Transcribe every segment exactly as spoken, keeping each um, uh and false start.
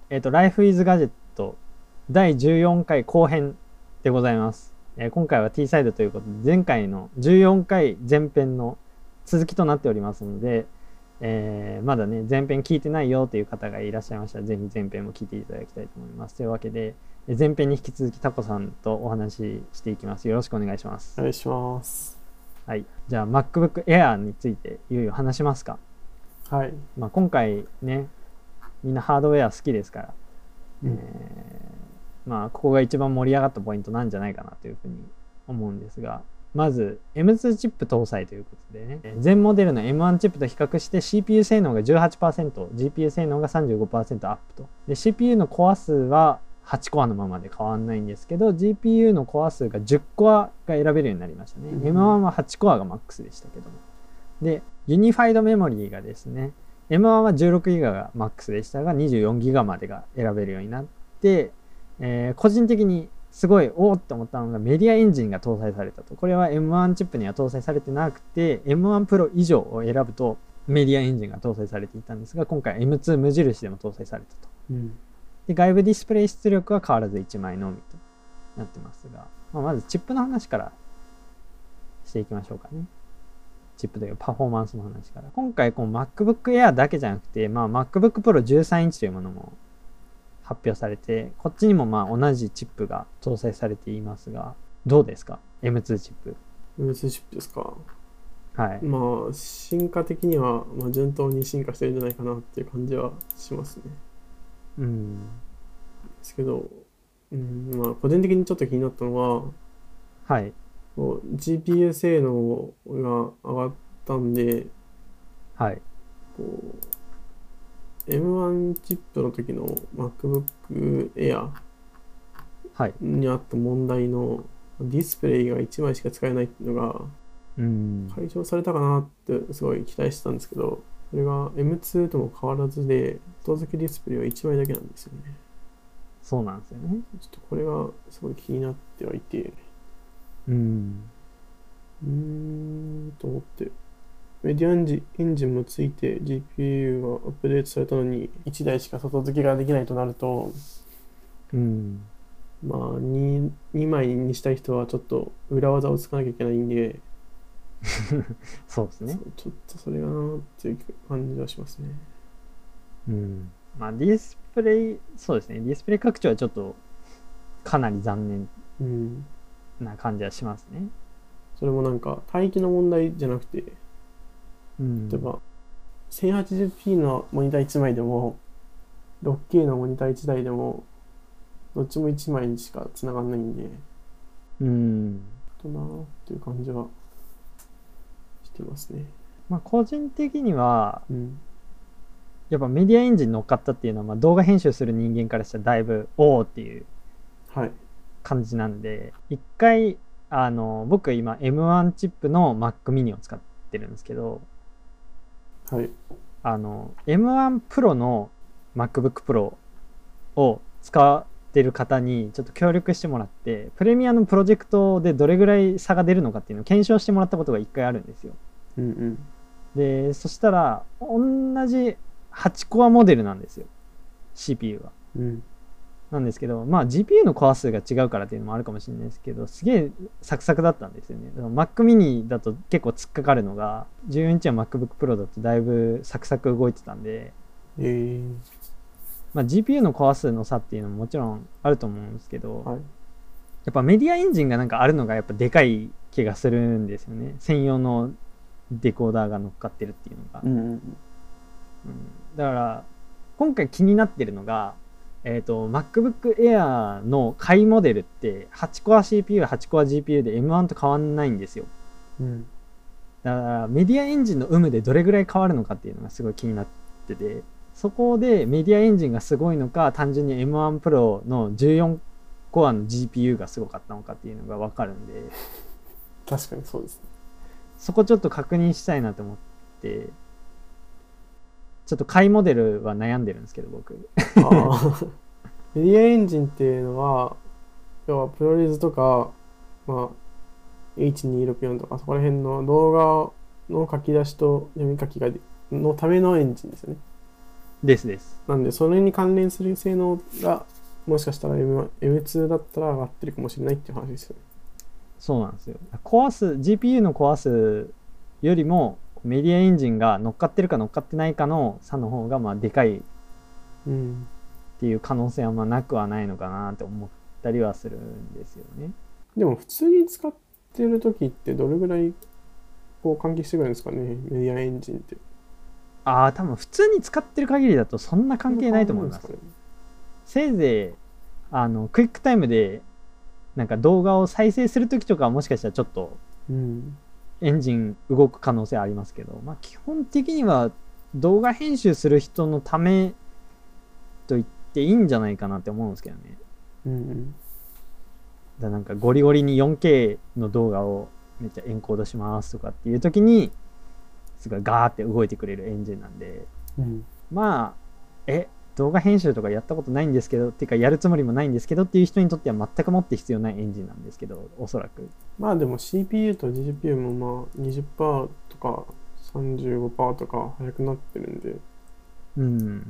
えっと、Life is Gadget だいじゅうよんかい後編でございます。えー今回は T サイドということで、前回のじゅうよんかい前編の続きとなっておりますので、えーまだね、前編聞いてないよという方がいらっしゃいましたら、ぜひ前編も聞いていただきたいと思います。というわけで、えー前編に引き続きタコさんとお話ししていきます。よろしくお願いします。 お願いします。 はい。じゃあ MacBook Air についていよいよ話しますか。 はい。 まあ、今回ね、みんなハードウェア好きですから、 うんえーまあここが一番盛り上がったポイントなんじゃないかなというふうに思うんですが、まず エムツー チップ搭載ということでね、前モデルの エムワン チップと比較して シーピーユー 性能が じゅうはちパーセント、ジーピーユー 性能が さんじゅうごパーセント アップと。で シーピーユー のコア数ははちコアのままで変わんないんですけど、 ジーピーユー のコア数がじゅっコアが選べるようになりましたね。 うんエムワン ははちコアがマックスでしたけども。でユニファイドメモリーがですね、 エムワン は じゅうろくギガがマックスでしたが にじゅうよんギガまでが選べるようになって、えー個人的にすごいおおって思ったのがメディアエンジンが搭載されたと。これは エムワン チップには搭載されてなくて エムワン Pro 以上を選ぶとメディアエンジンが搭載されていたんですが、今回 エムツー 無印でも搭載されたと。 うんで外部ディスプレイ出力は変わらずいちまいのみとなってますが、まあ、まずチップの話からしていきましょうかね。チップというパフォーマンスの話から。今回この MacBook Air だけじゃなくて、まあ、MacBook Pro じゅうさんインチというものも発表されて、こっちにもまあ同じチップが搭載されていますが、どうですか エムツー チップ。 エムツー チップですか。 はい。 まあ進化的には、まあ、順当に進化してるんじゃないかなっていう感じはしますね。 うん。 ですけど、うんまあ個人的にちょっと気になったのは、 はい。 こう ジーピーユー 性能が上がったんで、 はい。 こう エムワン チップの時の MacBook Air はい。 にあった問題のディスプレイがいちまいしか使えないっていうのがうん。 解消されたかなってすごい期待してたんですけど、それが エムツー とも変わらずで、後付けディスプレイはいちまいだけなんですよね。 そうなんですよね。 ちょっとこれがすごい気になってはいて、 うん。 うーんと思って。メディアエンジエンジンもついて ジーピーユー がアップデートされたのにいちだいしか外付けができないとなると、 うん。 まあ 2, 2枚にしたい人はちょっと裏技をつかなきゃいけないんで、 そうですねそ。うちょっとそれがなーっていう感じはしますね。 うん。まあディスプレイ、そうですね。ディスプレイ拡張はちょっとかなり残念うん。 な感じはしますね。 それもなんか帯域の問題じゃなくて、 うん。 例えば せんはちじゅうピー のモニターいちまいでも ろくケー のモニターいちだいでもどっちもいちまいにしか繋がんないんで、 うん。 となーっていう感じはしてますね。 まあ個人的にはうん。 やっぱメディアエンジン乗っかったっていうのは、まあ、動画編集する人間からしたらだいぶおおっていうはい。 感じなんで、一回あの僕今 エムワン チップの Mac mini を使ってるんですけど、 はい。 あの エムワン Pro の MacBook Pro を使ってる方にちょっと協力してもらって、プレミアのプロジェクトでどれぐらい差が出るのかっていうのを検証してもらったことが一回あるんですよ。 うんうん。 でそしたら同じはちコアモデルなんですよ、 シーピーユー は。 うん。 なんですけど、まあ ジーピーユー のコア数が違うからっていうのもあるかもしれないですけど、すげえサクサクだったんですよね。Mac mini だと結構突っかかるのが、じゅうよんインチの MacBook Pro だとだいぶサクサク動いてたんで、 えー。 まあ、ジーピーユー のコア数の差っていうのももちろんあると思うんですけど、 はい。 やっぱメディアエンジンがなんかあるのがやっぱでかい気がするんですよね。専用のデコーダーが乗っかってるっていうのが。 うんうん。 うん、だから今回気になってるのが、えーと、MacBook Air の下位モデルってはちコア シーピーユー、はちコア ジーピーユー で エムワン と変わんないんですよ。 うん。 だからメディアエンジンの有無でどれぐらい変わるのかっていうのがすごい気になってて、そこでメディアエンジンがすごいのか、単純に エムワン Pro のじゅうよんコアの ジーピーユー がすごかったのかっていうのが分かるんで、 確かにそうですね。 そこちょっと確認したいなと思って、ちょっと下位モデルは悩んでるんですけど僕。 ああ。メディアエンジンっていうのは、要はプロリズとか、まあ、エイチにひゃくろくじゅうよん とかそこら辺の動画の書き出しと読み書きがでのためのエンジンですよね。 ですです。 なんでそれに関連する性能がもしかしたら エムツー だったら上がってるかもしれないっていう話ですよね。 そうなんですよ。コア数 ジーピーユー のコア数よりもメディアエンジンが乗っかってるか乗っかってないかの差の方がまあでかいっていう可能性はまあなくはないのかなって思ったりはするんですよね。 でも普通に使ってる時ってどれぐらいこう関係してくるんですかね、メディアエンジンって。 ああ、多分普通に使ってる限りだとそんな関係ないと思います。ね、せいぜいあのクイックタイムでなんか動画を再生する時とかはもしかしたらちょっとエンジン動く可能性ありますけど、まあ基本的には動画編集する人のためと言っていいんじゃないかなって思うんですけどね。 うんうん、 だなんかゴリゴリに よんケー の動画をめっちゃエンコードしますとかっていう時にすごいガーって動いてくれるエンジンなんで、 うん、 まあえ動画編集とかやったことないんですけどっていうかやるつもりもないんですけどっていう人にとっては全くもって必要ないエンジンなんですけど、おそらくまあでも シーピーユー と ジーピーユー もまあ にじゅっパーセント とか さんじゅうごパーセント とか速くなってるんで、 うん、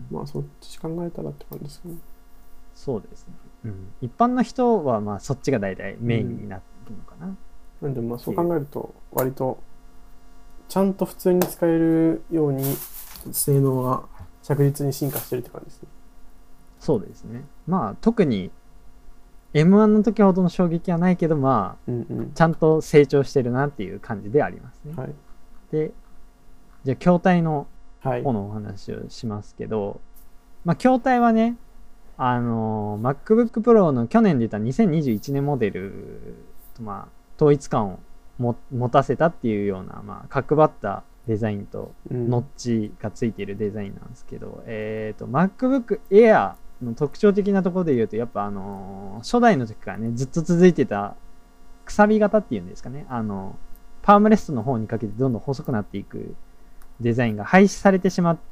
まあそっち考えたらって感じですかね。 そうですね、うん、一般の人はまあそっちが大体メインになるのかな、うん、 なんでまあそう考えると割とちゃんと普通に使えるように性能が着実に進化してるって感じですね。 そうですね。まあ特に エムワン の時ほどの衝撃はないけど、まあ、うんうん、ちゃんと成長してるなっていう感じでありますね。 はい、 で、じゃあ筐体の方のお話をしますけど、はい、まあ筐体はね、あの MacBook Pro の去年出たにせんにじゅういちねんモデルとまあ統一感をも持たせたっていうような、まあ、角張ったデザインとノッチがついているデザインなんですけど、うん、えっと MacBook Air の特徴的なところで言うとやっぱあのー、初代の時からねずっと続いてたくさび型っていうんですかね、あのパームレストの方にかけてどんどん細くなっていくデザインが廃止されてしまって、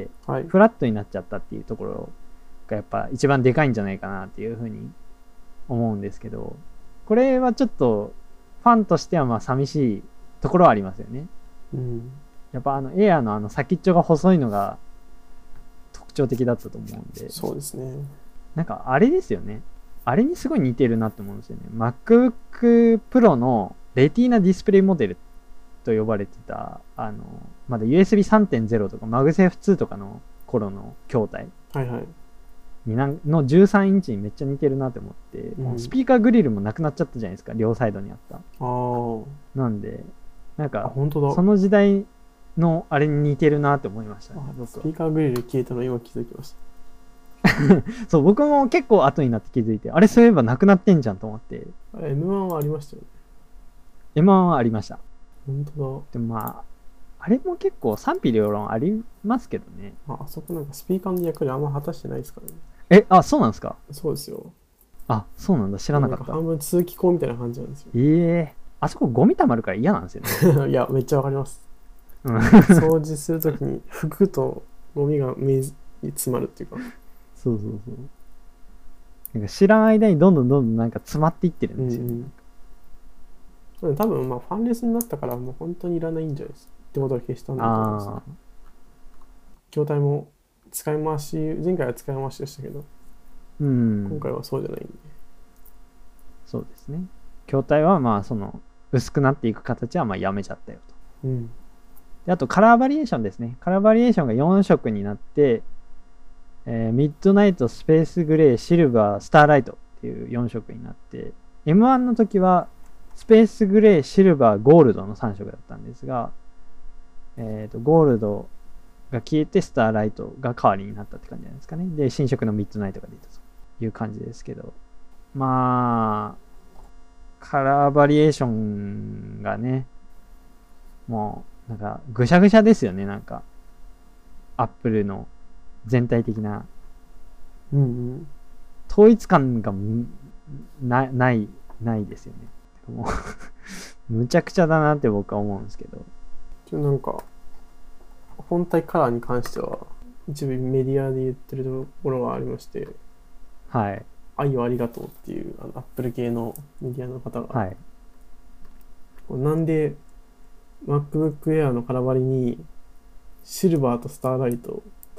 はい、フラットになっちゃったっていうところがやっぱ一番でかいんじゃないかなっていうふうに思うんですけど、これはちょっとファンとしてはまあ寂しいところはありますよね。うん、やっぱあのエアーのあの先っちょが細いのが特徴的だったと思うんで。 そうですね。 なんかあれですよね。あれにすごい似てるなって思うんですよね。MacBook Pro のレティーナディスプレイモデルと呼ばれてた、あの、まだ ユーエスビーさんてんゼロ とか マグセーフツー とかの頃の筐体。はいはい。のじゅうさんインチにめっちゃ似てるなって思って、うん、スピーカーグリルもなくなっちゃったじゃないですか、両サイドにあった。あなんでなんか本当だ、その時代のあれに似てるなって思いましたね。 スピーカーグリル消えたの今気づきましたそう僕も結構後になって気づいて、あれそういえばなくなってんじゃんと思って。 エムワン はありましたよね。 エムワン はありました。 本当だ。でもまああれも結構賛否両論ありますけどね。 あ, あそこなんかスピーカーの役にあんま果たしてないですからね。 え、あ、そうなんですか。 そうですよ。 あ、そうなんだ、知らなかった。 なんか半分通気口みたいな感じなんですよ。 ええー、あそこゴミ溜まるから嫌なんですよね。いや、めっちゃわかります。掃除するときに服とゴミが目に詰まるっていうか。 そうそうそう。なんか知らん間にどんどんどんどんなんか詰まっていってるんですよ、ね。 うんうん、多分まあファンレスになったからもう本当にいらないんじゃないですか。ってことは消したんだと思います、ね。筐体も使い回し、前回は使い回しでしたけど、うん、今回はそうじゃないんで。 そうですね。筐体はまあその薄くなっていく形はまあやめちゃったよと。うん、であとカラーバリエーションですね。カラーバリエーションがよん色になって、えー、ミッドナイト、スペースグレー、シルバー、スターライトっていうよん色になって、エムワン の時はスペースグレー、シルバー、ゴールドのさん色だったんですが、えーと、ゴールドが消えてスターライトが代わりになったって感じなんですかね。で、新色のミッドナイトが出たという感じですけど、まあ、カラーバリエーションがね、もう、なんか、ぐしゃぐしゃですよね、なんか。アップルの全体的な、うんうん、統一感がな、ない、ないですよね。もうむちゃくちゃだなって僕は思うんですけど。 ちょなんか、本体カラーに関しては一部メディアで言ってるところがありまして、はい、愛をありがとうっていうあのアップル系のメディアの方が、はい、なんで MacBook Air のカラバリにシルバーとスターライトと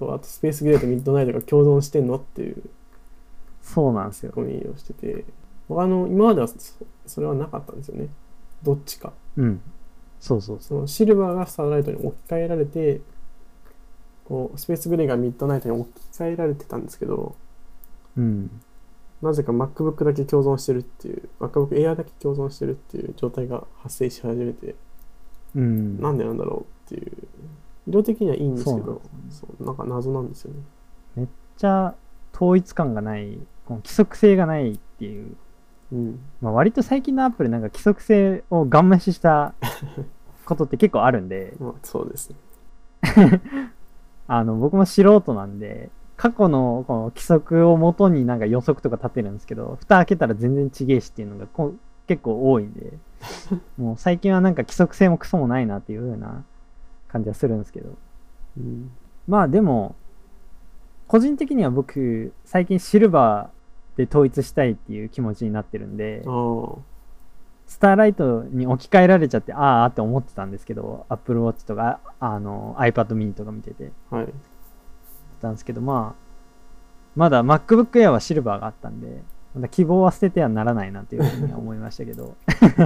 とあとスペースグレーとミッドナイトが共存してんのっていうそうなんですよ。 コメをしてて、あの今までは そ, それはなかったんですよね。どっちか。 うん。そうそうそのシルバーがスターライトに置き換えられて、こうスペースグレーがミッドナイトに置き換えられてたんですけど、 うん。 なぜか MacBook だけ共存してるっていう、MacBook Air だけ共存してるっていう状態が発生し始めて、 うん、 なんでなんだろうっていう、色的にはいいんですけど、 そうなんですね。 そうなんか謎なんですよね。 めっちゃ統一感がない、この規則性がないっていう、 うん、 まあ、割と最近のアップルなんか規則性をガン無視したことって結構あるんで、 まあそうですね。 あの僕も素人なんで、過去のこの規則をもとになんか予測とか立てるんですけど、蓋開けたら全然ちげえしっていうのがこ結構多いんで、もう最近はなんか規則性もクソもないなっていう風な感じはするんですけど、 うん、 まあでも個人的には僕最近シルバーで統一したいっていう気持ちになってるんで、 あスターライトに置き換えられちゃってああって思ってたんですけど、 Apple Watch とかあの iPad mini とか見ててあ、はい。 たんですけど、まあまだ MacBook Air はシルバーがあったんで、まだ希望は捨ててはならないなというふうには思いましたけど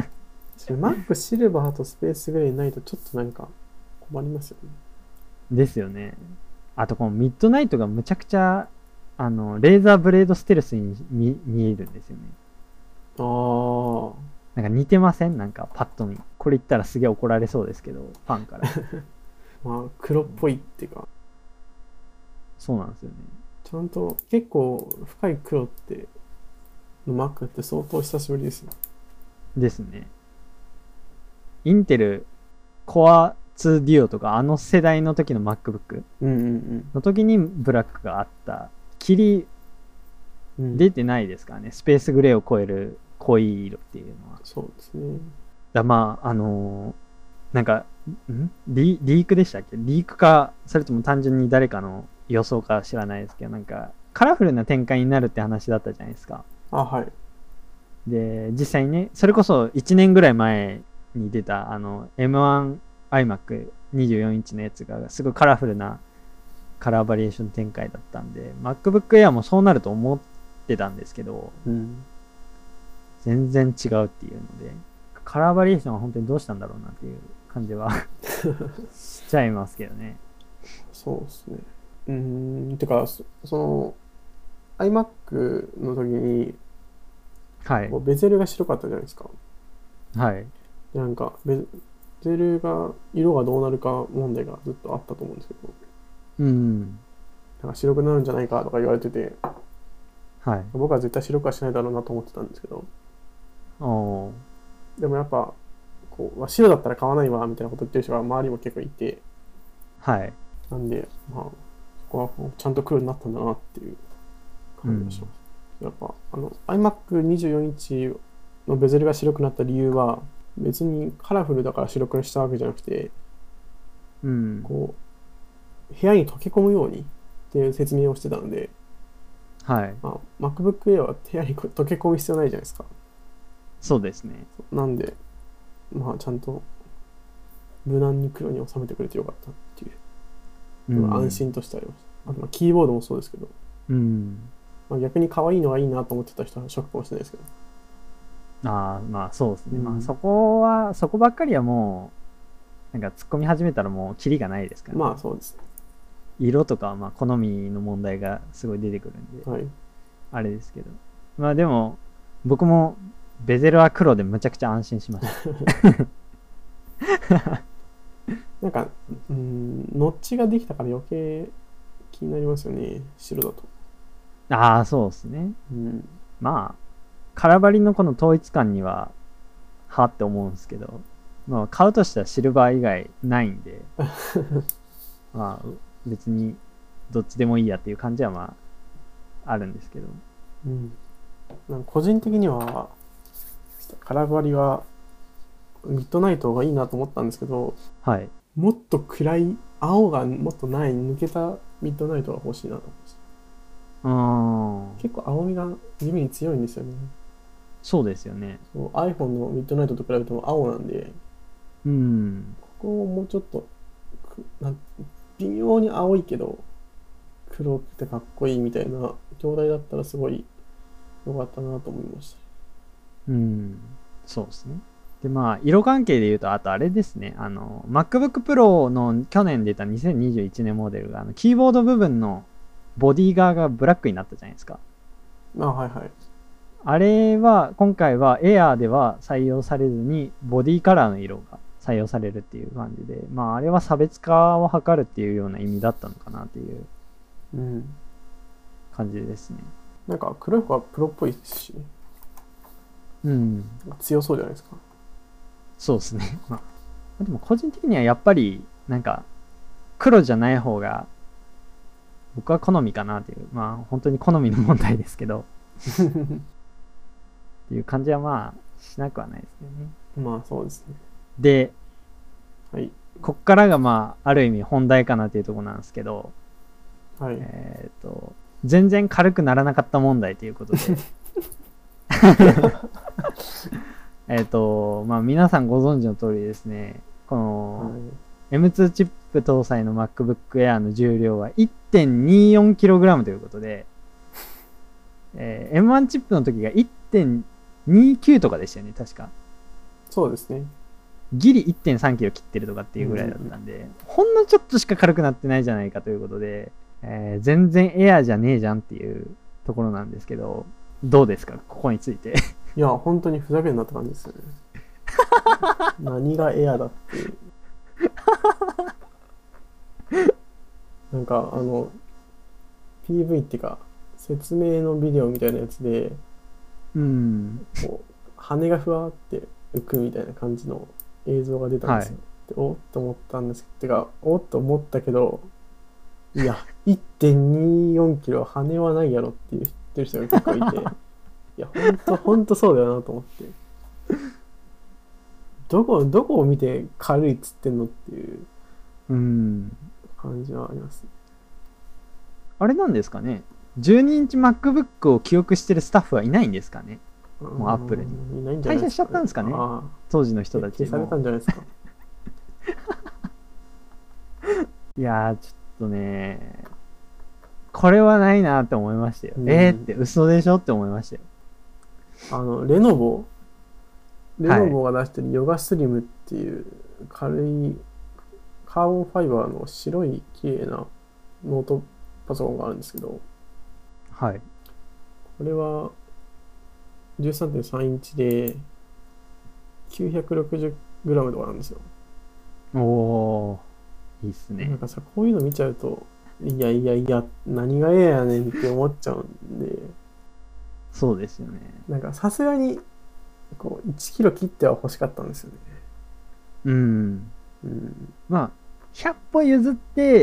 Mac シルバーとスペースグレーないとちょっとなんか困りますよね。 ですよね。あとこのミッドナイトがむちゃくちゃあのレーザーブレードステルスに 見, 見えるんですよね。 ああ。 なんか似てません？なんかパッと見。これ言ったらすげえ怒られそうですけど、ファンから。 まあ黒っぽいっていうか、 そうなんですよね。 ちゃんと結構深い黒っての Mac って相当久しぶりですね。 ですね。インテル Core ツー Duo とかあの世代の時の MacBook うんうんの時にブラックがあった。霧うん。うん、 出てないですからね。スペースグレーを超える濃い色っていうのは。 そうですね。 だまあ、あのーなんか、んリリークでしたっけ？リークか、それとも単純に誰かの予想か知らないですけど、なんか、カラフルな展開になるって話だったじゃないですか。 あ、はい。 で、実際にね、それこそいちねんぐらい前に出た、あの、エムワン iMac にじゅうよんインチのやつが、すごいカラフルなカラーバリエーション展開だったんで、MacBook Air もそうなると思ってたんですけど、 うん。 全然違うっていうので、カラーバリエーションは本当にどうしたんだろうなっていう感じはしちゃいますけどね。 そうですね。うーん。てか、そその iMac の時に、 はい。 こうベゼルが白かったじゃないですか。 はい。 でなんかベゼルが色がどうなるか問題がずっとあったと思うんですけど、 うん。 なんか白くなるんじゃないかとか言われてて、 はい。 僕は絶対白くはしないだろうなと思ってたんですけど、 おー。 でもやっぱこう白だったら買わないわみたいなこと言ってる人が周りも結構いて、 はい。 なんでまあそこはちゃんと黒になったんだなっていう感じがします。うん、やっぱあの iMac にじゅうよんインチのベゼルが白くなった理由は別にカラフルだから白くしたわけじゃなくて、 うん。 こう部屋に溶け込むようにっていう説明をしてたので、 はい。 まあ、MacBook Air は部屋に溶け込む必要ないじゃないですか。 そうですね。 なんでまあちゃんと無難に黒に収めてくれてよかったっていう、うん、安心としてありました。あとまあキーボードもそうですけど、 うん。 まあ、逆に可愛いのがいいなと思ってた人はショックかもしれないですけど。 ああ、まあそうですね。 うん、 まあそこは、そこばっかりはもう、なんか突っ込み始めたらもうキリがないですから、ね。 まあそうですね。 色とかはまあ好みの問題がすごい出てくるんで、 はい、あれですけど。まあでも、僕もベゼルは黒でむちゃくちゃ安心しました。 なんか、うん、ノッチができたから余計気になりますよね、白だと。 ああ、そうですね。 うん、 まあ、カラバリのこの統一感には、はって思うんですけど、まあ、買うとしたらシルバー以外ないんで、まあ、別にどっちでもいいやっていう感じはまあ、あるんですけど。 うん、なんか個人的には、カラバリはミッドナイトがいいなと思ったんですけど、 はい。 もっと暗い、青がもっとない、抜けたミッドナイトが欲しいなと思いました。 うーん。 結構青みが地味に強いんですよね。 そうですよね。 そう iPhone のミッドナイトと比べても青なんで、 うん。 ここをもうちょっとなん微妙に青いけど黒くてかっこいいみたいな筐体だったらすごい良かったなと思いました。 うん、そうですね。で、まあ、色関係で言うと、あとあれですね、あの、MacBook Pro の去年出たにせんにじゅういちねんモデルが、あのキーボード部分のボディ側がブラックになったじゃないですか。 あ、はいはい。 あれは、今回は Air では採用されずに、ボディカラーの色が採用されるっていう感じで、まあ、あれは差別化を図るっていうような意味だったのかなっていう感じですね。 うん、なんか黒い方がプロっぽいですし、 うん。 強そうじゃないですか。 そうですね。まあ、でも個人的にはやっぱり、なんか、黒じゃない方が、僕は好みかなっていう、まあ、本当に好みの問題ですけど、っていう感じはまあ、しなくはないですよね。 まあ、そうですね。 で、 はい。 こっからがまあ、ある意味本題かなっていうところなんですけど、 はい。 えっと、全然軽くならなかった問題ということで、えっと、まあ皆さんご存知の通りですね、この、はい、エムツー チップ搭載の MacBook Air の重量は いってんによんキログラム ということで、えー、エムワン チップの時が いってんにきゅう とかでしたよね、確か。 そうですね。 ギリ いってんさんキロ切ってるとかっていうぐらいだったんで、うんうん、ほんのちょっとしか軽くなってないじゃないかということで、えー、全然エアーじゃねえじゃんっていうところなんですけど、どうですか、ここについて。 いや、本当にふざけんなって感じですよね。何がエアだっていう。なんか、あの、ピーブイ っていうか、説明のビデオみたいなやつで、 うん、 こう羽がふわって浮くみたいな感じの映像が出たんですよ。はい、でおっと思ったんですけど、てか、おっと思ったけど、いや、いってんによんキロ羽はないやろって言ってる人が結構いて、いや、ほんと、ほんとそうだよなと思って。どこ、どこを見て軽いっつってんのっていう感じはあります、ね。 あれなんですかね、じゅうにインチ MacBook を記憶してるスタッフはいないんですかね、もうアップルに。 いないんじゃないですか、ね、 退社しちゃったんですかね、当時の人たち。 消されたんじゃないですか。 いやー、ちょっとね、これはないなって思いましたよ。うん、えーって嘘でしょって思いましたよ。 あの、レノボレノボが出してるヨガスリムっていう軽いカーボンファイバーの白い綺麗なノートパソコンがあるんですけど、 はい。 これは じゅうさんてんさん インチで きゅうひゃくろくじゅうグラム とかなんですよ。 おー、いいっすね。 なんかさ、こういうの見ちゃうと、いやいやいや、何がええやねんって思っちゃうんで。 そうですよね。 なんかさすがに、こういちキロ切っては欲しかったんですよね。 うん。うん、まあ、ひゃっぽ譲って、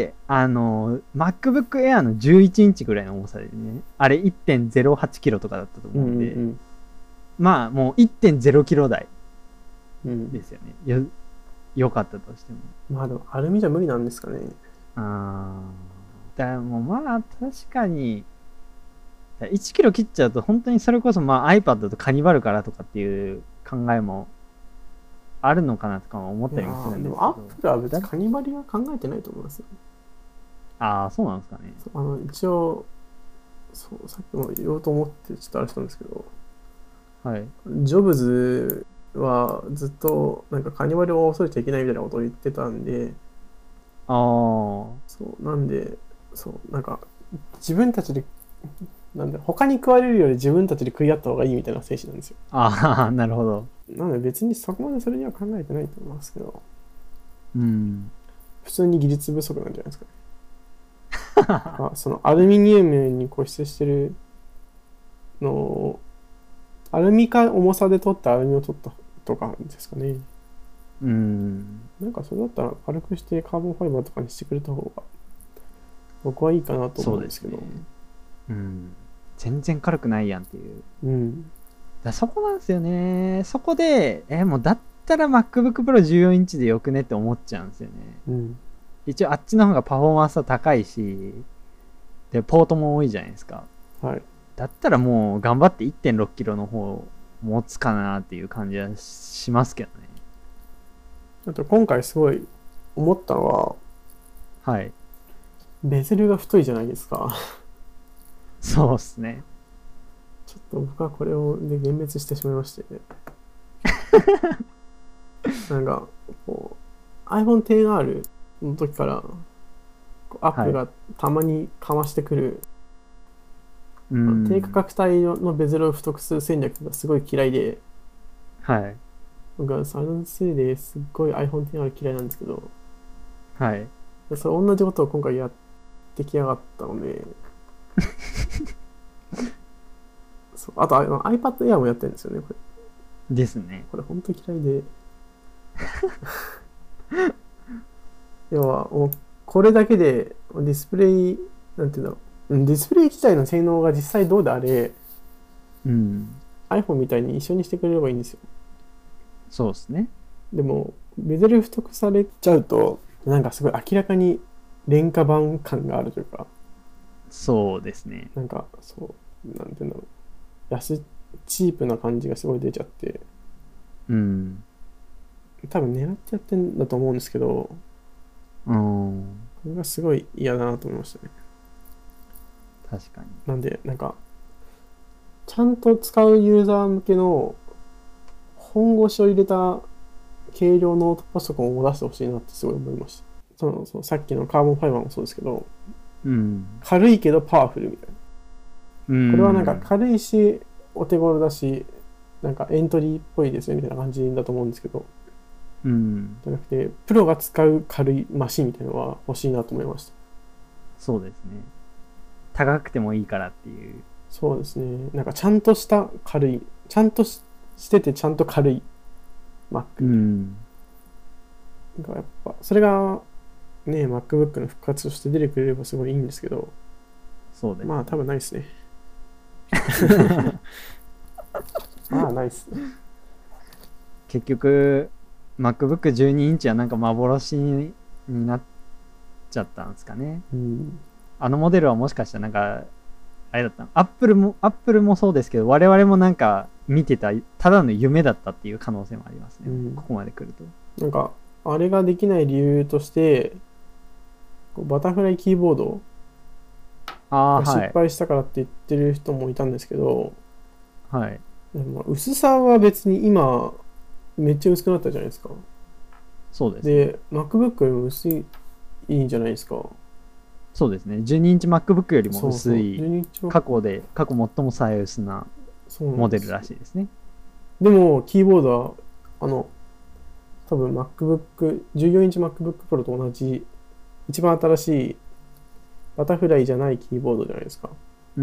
あの、MacBook Air のじゅういちインチぐらいの重さでね、あれ いってんゼロはちキロとかだったと思うんで、うんうんうん、まあもう いってんゼロキロ台ですよね。うん、よ、よかったとしても。 まあでもアルミじゃ無理なんですかね。 ああ。だからもうまあ確かに、いちキロ切っちゃうと本当にそれこそまあ iPad とカニバルからとかっていう考えもあるのかなとか思ったりもするんですけど。 アップルは別にカニバリは考えてないと思いますよ。 ああ、そうなんですかね。 あの一応そうさっきも言おうと思ってちょっとあれしたんですけど、 はい、 ジョブズはずっとなんかカニバリを恐れちゃいけないみたいなことを言ってたんで、 ああ、 そうなんでそうなんか自分たちでなんで他に食われるより自分たちで食い合った方がいいみたいな精神なんですよ。 ああ、なるほど。 なので別にそこまでそれには考えてないと思いますけど、 うん、 普通に技術不足なんじゃないですかね。あそのアルミニウムに固執してるのをアルミか重さで取ってアルミを取ったとかですかね。 うん。 なんかそれだったら軽くしてカーボンファイバーとかにしてくれた方が僕はいいかなと思うんですけど。 そうですね。うん。全然軽くないやんっていう。 うん。 だそこなんですよね。そこで、え、もうだったら MacBook Pro じゅうよんインチでよくねって思っちゃうんですよね。 うん。 一応あっちの方がパフォーマンスは高いし、で、ポートも多いじゃないですか。 はい。 だったらもう頑張って いってんろくキロの方持つかなっていう感じはしますけどね。 あと今回すごい思ったのは、 はい。 ベゼルが太いじゃないですか。 そうっすね。 ちょっと僕はこれをで幻滅してしまいまして、ね、なんかこう アイフォンテンアール の時からアップルがたまにかましてくる、はい、低価格帯のベゼルを太くする戦略がすごい嫌いで、 はい、 僕はそれのせいですっごい アイフォンテンアール 嫌いなんですけど、 はい、 それ同じことを今回やってきやがったのでそう、あとあの iPad Air もやってるんですよね、これ。 ですね。 これ本当に嫌いで要はもうこれだけでディスプレイなんていうんだろう、ディスプレイ自体の性能が実際どうであれ、 うん、 iPhone みたいに一緒にしてくれればいいんですよ。 そうですね。 でもベゼル太くされちゃうとなんかすごい明らかに廉価版感があるというか、 そうですね。 なんかそうなんていうんだろう、安チープな感じがすごい出ちゃって、 うん、 多分狙ってやってんだと思うんですけど、 うん、 これがすごい嫌だなと思いましたね。 確かに。 なんでなんかちゃんと使うユーザー向けの本腰を入れた軽量ノートパソコンを出してほしいなってすごい思いました。そのそのさっきのカーボンファイバーもそうですけど、 うん、 軽いけどパワフルみたいな。 うん、 これはなんか軽いしお手頃だしなんかエントリーっぽいですよみたいな感じだと思うんですけど、 うん、 じゃなくてプロが使う軽いマシンみたいなのは欲しいなと思いました。 そうですね。高くてもいいからっていう。 そうですね。なんかちゃんとした軽い、ちゃんと し, しててちゃんと軽い Mac。うん。なんかやっぱそれがね MacBook の復活として出てくれればすごいいいんですけど、 そうです、ね。 まあ多分ないですね。まあないっすね。 結局 MacBook じゅうにインチはなんか幻になっちゃったんですかね。 うん、 あのモデルはもしかしたらなんかあれだったの、アップルもアップルもそうですけど、我々もなんか見てたただの夢だったっていう可能性もありますね、うん、ここまで来ると。 なんかあれができない理由としてバタフライキーボードが失敗したからって言ってる人もいたんですけど、 はい、 でも薄さは別に今めっちゃ薄くなったじゃないですか。 そうです、 ね、で MacBook よりも薄いいいんじゃないですか。 そうですね。じゅうにインチ MacBook よりも薄い、そうそう過去で過去最も最薄なモデルらしいですね。 でもキーボードはあの多分 MacBook じゅうよんインチ MacBook Pro と同じ一番新しいバタフライじゃないキーボードじゃないですか。 うん、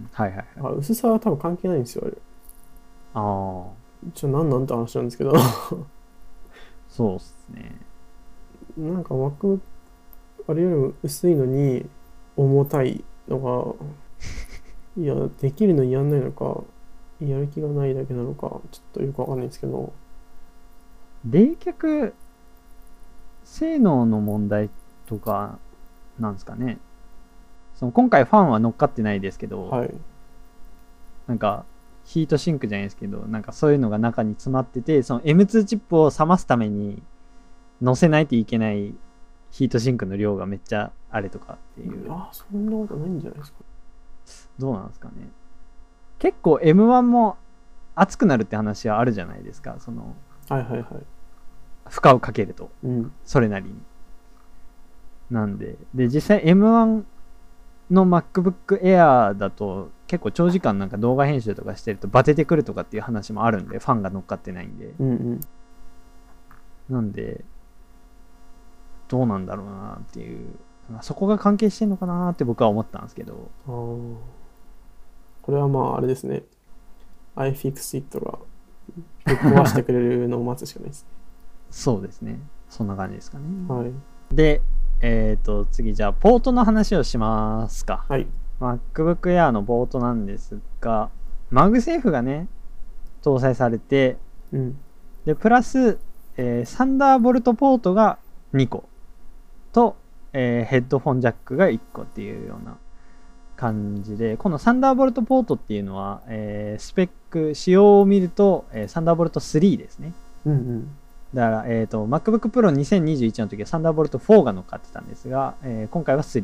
はいはいはい。 あ、薄さは多分関係ないんですよあれ。 ああ。 ちょ何なんて話なんですけど。 そうっすね。 なんか MacBook あれよりも薄いのに重たいのがいやできるのにやんないのかやる気がないだけなのかちょっとよくわかんないんですけど、 冷却性能の問題とかなんですかね。その今回ファンは乗っかってないですけど、 はい、 なんかヒートシンクじゃないですけど、なんかそういうのが中に詰まってて、その エムツー チップを冷ますために乗せないといけないヒートシンクの量がめっちゃあれとかっていう。 あ、そんなことないんじゃないですか。 どうなんですかね。結構 エムワン も熱くなるって話はあるじゃないですか。そのはいはいはい。 負荷をかけると、 うん、 それなりに。なんで、で実際 エムワン の MacBook Air だと結構長時間なんか動画編集とかしてるとバテてくるとかっていう話もあるんで、ファンが乗っかってないんで。 うんうん、 なんでどうなんだろうなっていう、そこが関係してんのかなって僕は思ったんですけど。 あ、これはまああれですね。iFixit がぶっ壊してくれるのを待つしかないですね。 そうですね。そんな感じですかね。 はい。 で、えっと次じゃあポートの話をしますか。 はい。 MacBook Air のポートなんですが、MagSafe がね搭載されて、 うん、 でプラス、えー、サンダーボルトポートがにことえー、ヘッドフォンジャックがいっこっていうような感じで、このサンダーボルトポートっていうのは、えー、スペック仕様を見ると、えー、サンダーボルトスリーですね。 うんうん、 だから、えーと、MacBook Pro にせんにじゅういちの時はサンダーボルトフォーが乗っかってたんですが、えー、今回はスリー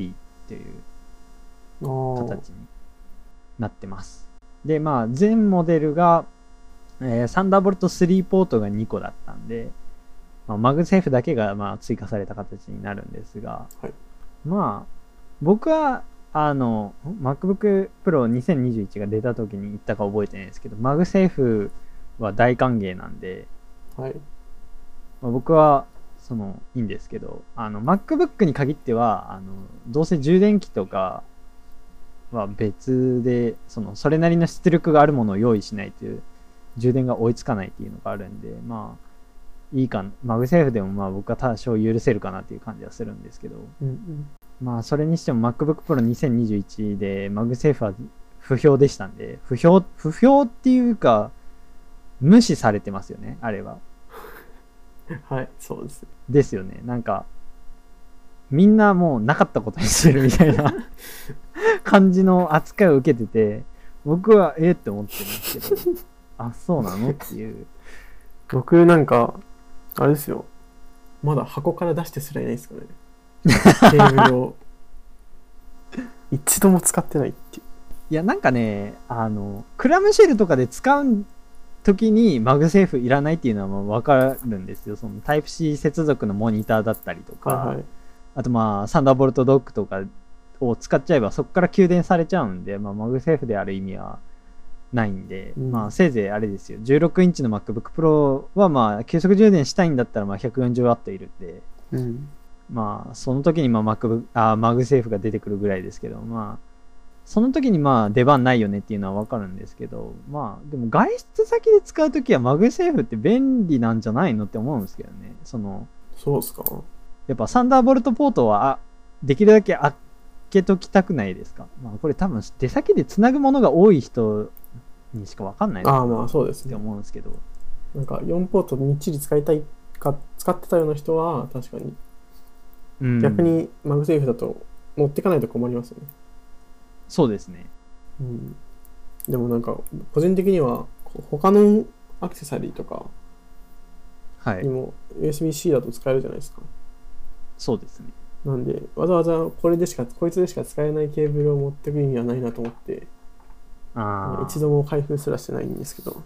っていう形になってます。でまあ全モデルが、えー、サンダーボルトスリーポートがにこだったんで、まあ、マグセーフだけがまあ追加された形になるんですが、 はい、 まあ僕はあの MacBook Pro にせんにじゅういちが出た時に言ったか覚えてないですけど、マグセーフは大歓迎なんで、 はい、 まあ、僕はそのいいんですけど、あの MacBook に限ってはあのどうせ充電器とかは別で そのそれなりの出力があるものを用意しないという充電が追いつかないっていうのがあるんで、まあいいか、マグセーフでもまあ僕は多少許せるかなっていう感じはするんですけど、 うんうん、 まあそれにしても MacBook Pro にせんにじゅういちでマグセーフは不評でしたんで、不評不評っていうか無視されてますよね、あれは。 はい、そうです。 ですよね。なんかみんなもうなかったことにしてるみたいな感じの扱いを受けてて、僕はええって思ってるんですけど、あ、そうなのっていう。 僕なんかあれですよ、まだ箱から出してすらいないですからね。ケーブルを一度も使ってないっていう。 いやなんかね、あのクラムシェルとかで使う時にマグセーフいらないっていうのはまあ分かるんですよ。そのタイプ C 接続のモニターだったりとか、はいはい、あとまあサンダーボルトドックとかを使っちゃえばそこから給電されちゃうんで、まあ、マグセーフである意味はないんで、うん、まあせいぜいあれですよ、じゅうろくインチの MacBook Pro はまあ急速充電したいんだったらまあ ひゃくよんじゅうワット いるんで、うん、まあその時にまあ MacBook、あ、マグセーフが出てくるぐらいですけど、まあその時にまあ出番ないよねっていうのは分かるんですけど、まあでも外出先で使う時はマグセーフって便利なんじゃないのって思うんですけどね。そのそうですか。 やっぱサンダーボルトポートはあできるだけ開けときたくないですか。まあこれ多分出先でつなぐものが多い人にしか分かんないのかなって思うんですけど、 なんかよんポートみっちり使いたいか使ってたような人は確かに、うん、逆にマグセーフだと持ってかないと困りますよね。 そうですね、 うん、でもなんか個人的には他のアクセサリーとかにも ユーエスビー-C だと使えるじゃないですか。 そうですね。 なんでわざわざこれでしかこいつでしか使えないケーブルを持ってく意味はないなと思って、あ一度も開封すらしてないんですけど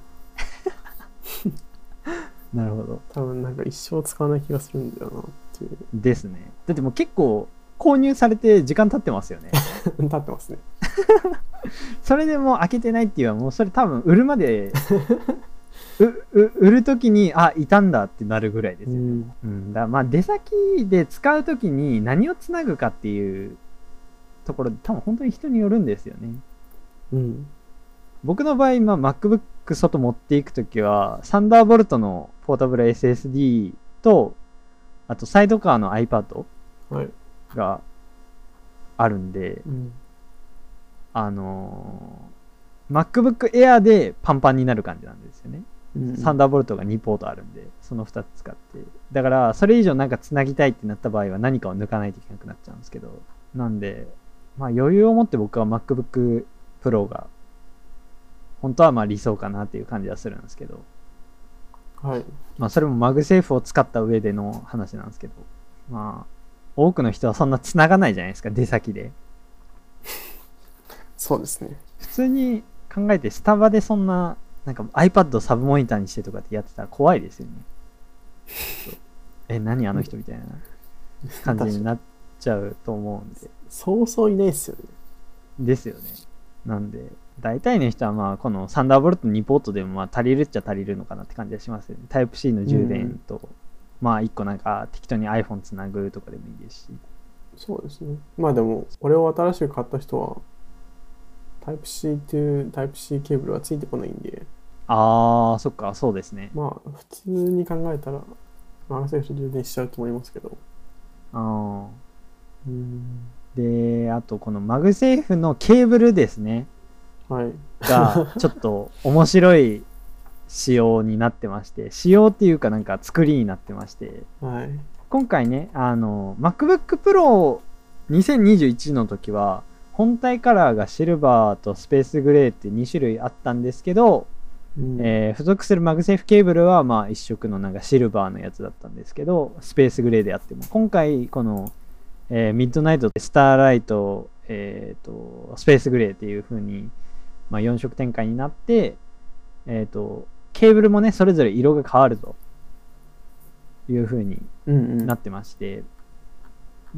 なるほど。 多分なんか一生使わない気がするんだよなっていう。 ですね。だってもう結構購入されて時間経ってますよね。 経ってますね。 それでもう開けてないっていうのはもうそれ多分売るまでうう売る時にあいたんだってなるぐらいですよね。うんうん、だまあ出先で使う時に何をつなぐかっていうところで多分本当に人によるんですよね。うん、僕の場合、まあ、MacBook 外持っていく時はサンダーボルトのポータブル エスエスディー とあとサイドカーの iPad があるんで、はいうん、あのー、MacBook Air でパンパンになる感じなんですよね。うん、サンダーボルトがにポートあるんでそのふたつ使って、だからそれ以上なんかつなぎたいってなった場合は何かを抜かないといけなくなっちゃうんですけど、なんでまあ余裕を持って僕は MacBook Pro が本当はまあ理想かなっていう感じはするんですけど、はい、まあそれもマグセーフを使った上での話なんですけど、まあ多くの人はそんな繋がないじゃないですか、出先で。 そうですね。 普通に考えてスタバでそんななんか iPad をサブモニターにしてとかってやってたら怖いですよね。え、何あの人みたいな感じになっちゃうと思うんで。 そうそういないですよね。 ですよね。なんで大体の人はまあこのサンダーボルトにポートでもまあ足りるっちゃ足りるのかなって感じがしますよね。タイプ C の充電と、うん、まあいっこなんか適当に iPhone つなぐとかでもいいですし。 そうですね。まあでもこれを新しく買った人はタイプ C というタイプ C ケーブルはついてこないんで。 ああ、そっか、そうですね。 まあ普通に考えたらマグセーフと充電しちゃうと思いますけど。ああ。 うん。で、あとこのマグセーフのケーブルですね。はい。がちょっと面白い仕様になってまして、仕様っていうかなんか作りになってまして、はい。今回ね、あの MacBook Pro にせんにじゅういちの時は本体カラーがシルバーとスペースグレーってに種類あったんですけど、うんえー、付属するマグセーフケーブルはまあ一色のなんかシルバーのやつだったんですけど、スペースグレーであっても今回このえー、ミッドナイト、スターライト、えーと、スペースグレーっていう風に、まあ、よん色展開になって、えーと、ケーブルもね、それぞれ色が変わるという風になってまして、うんうん、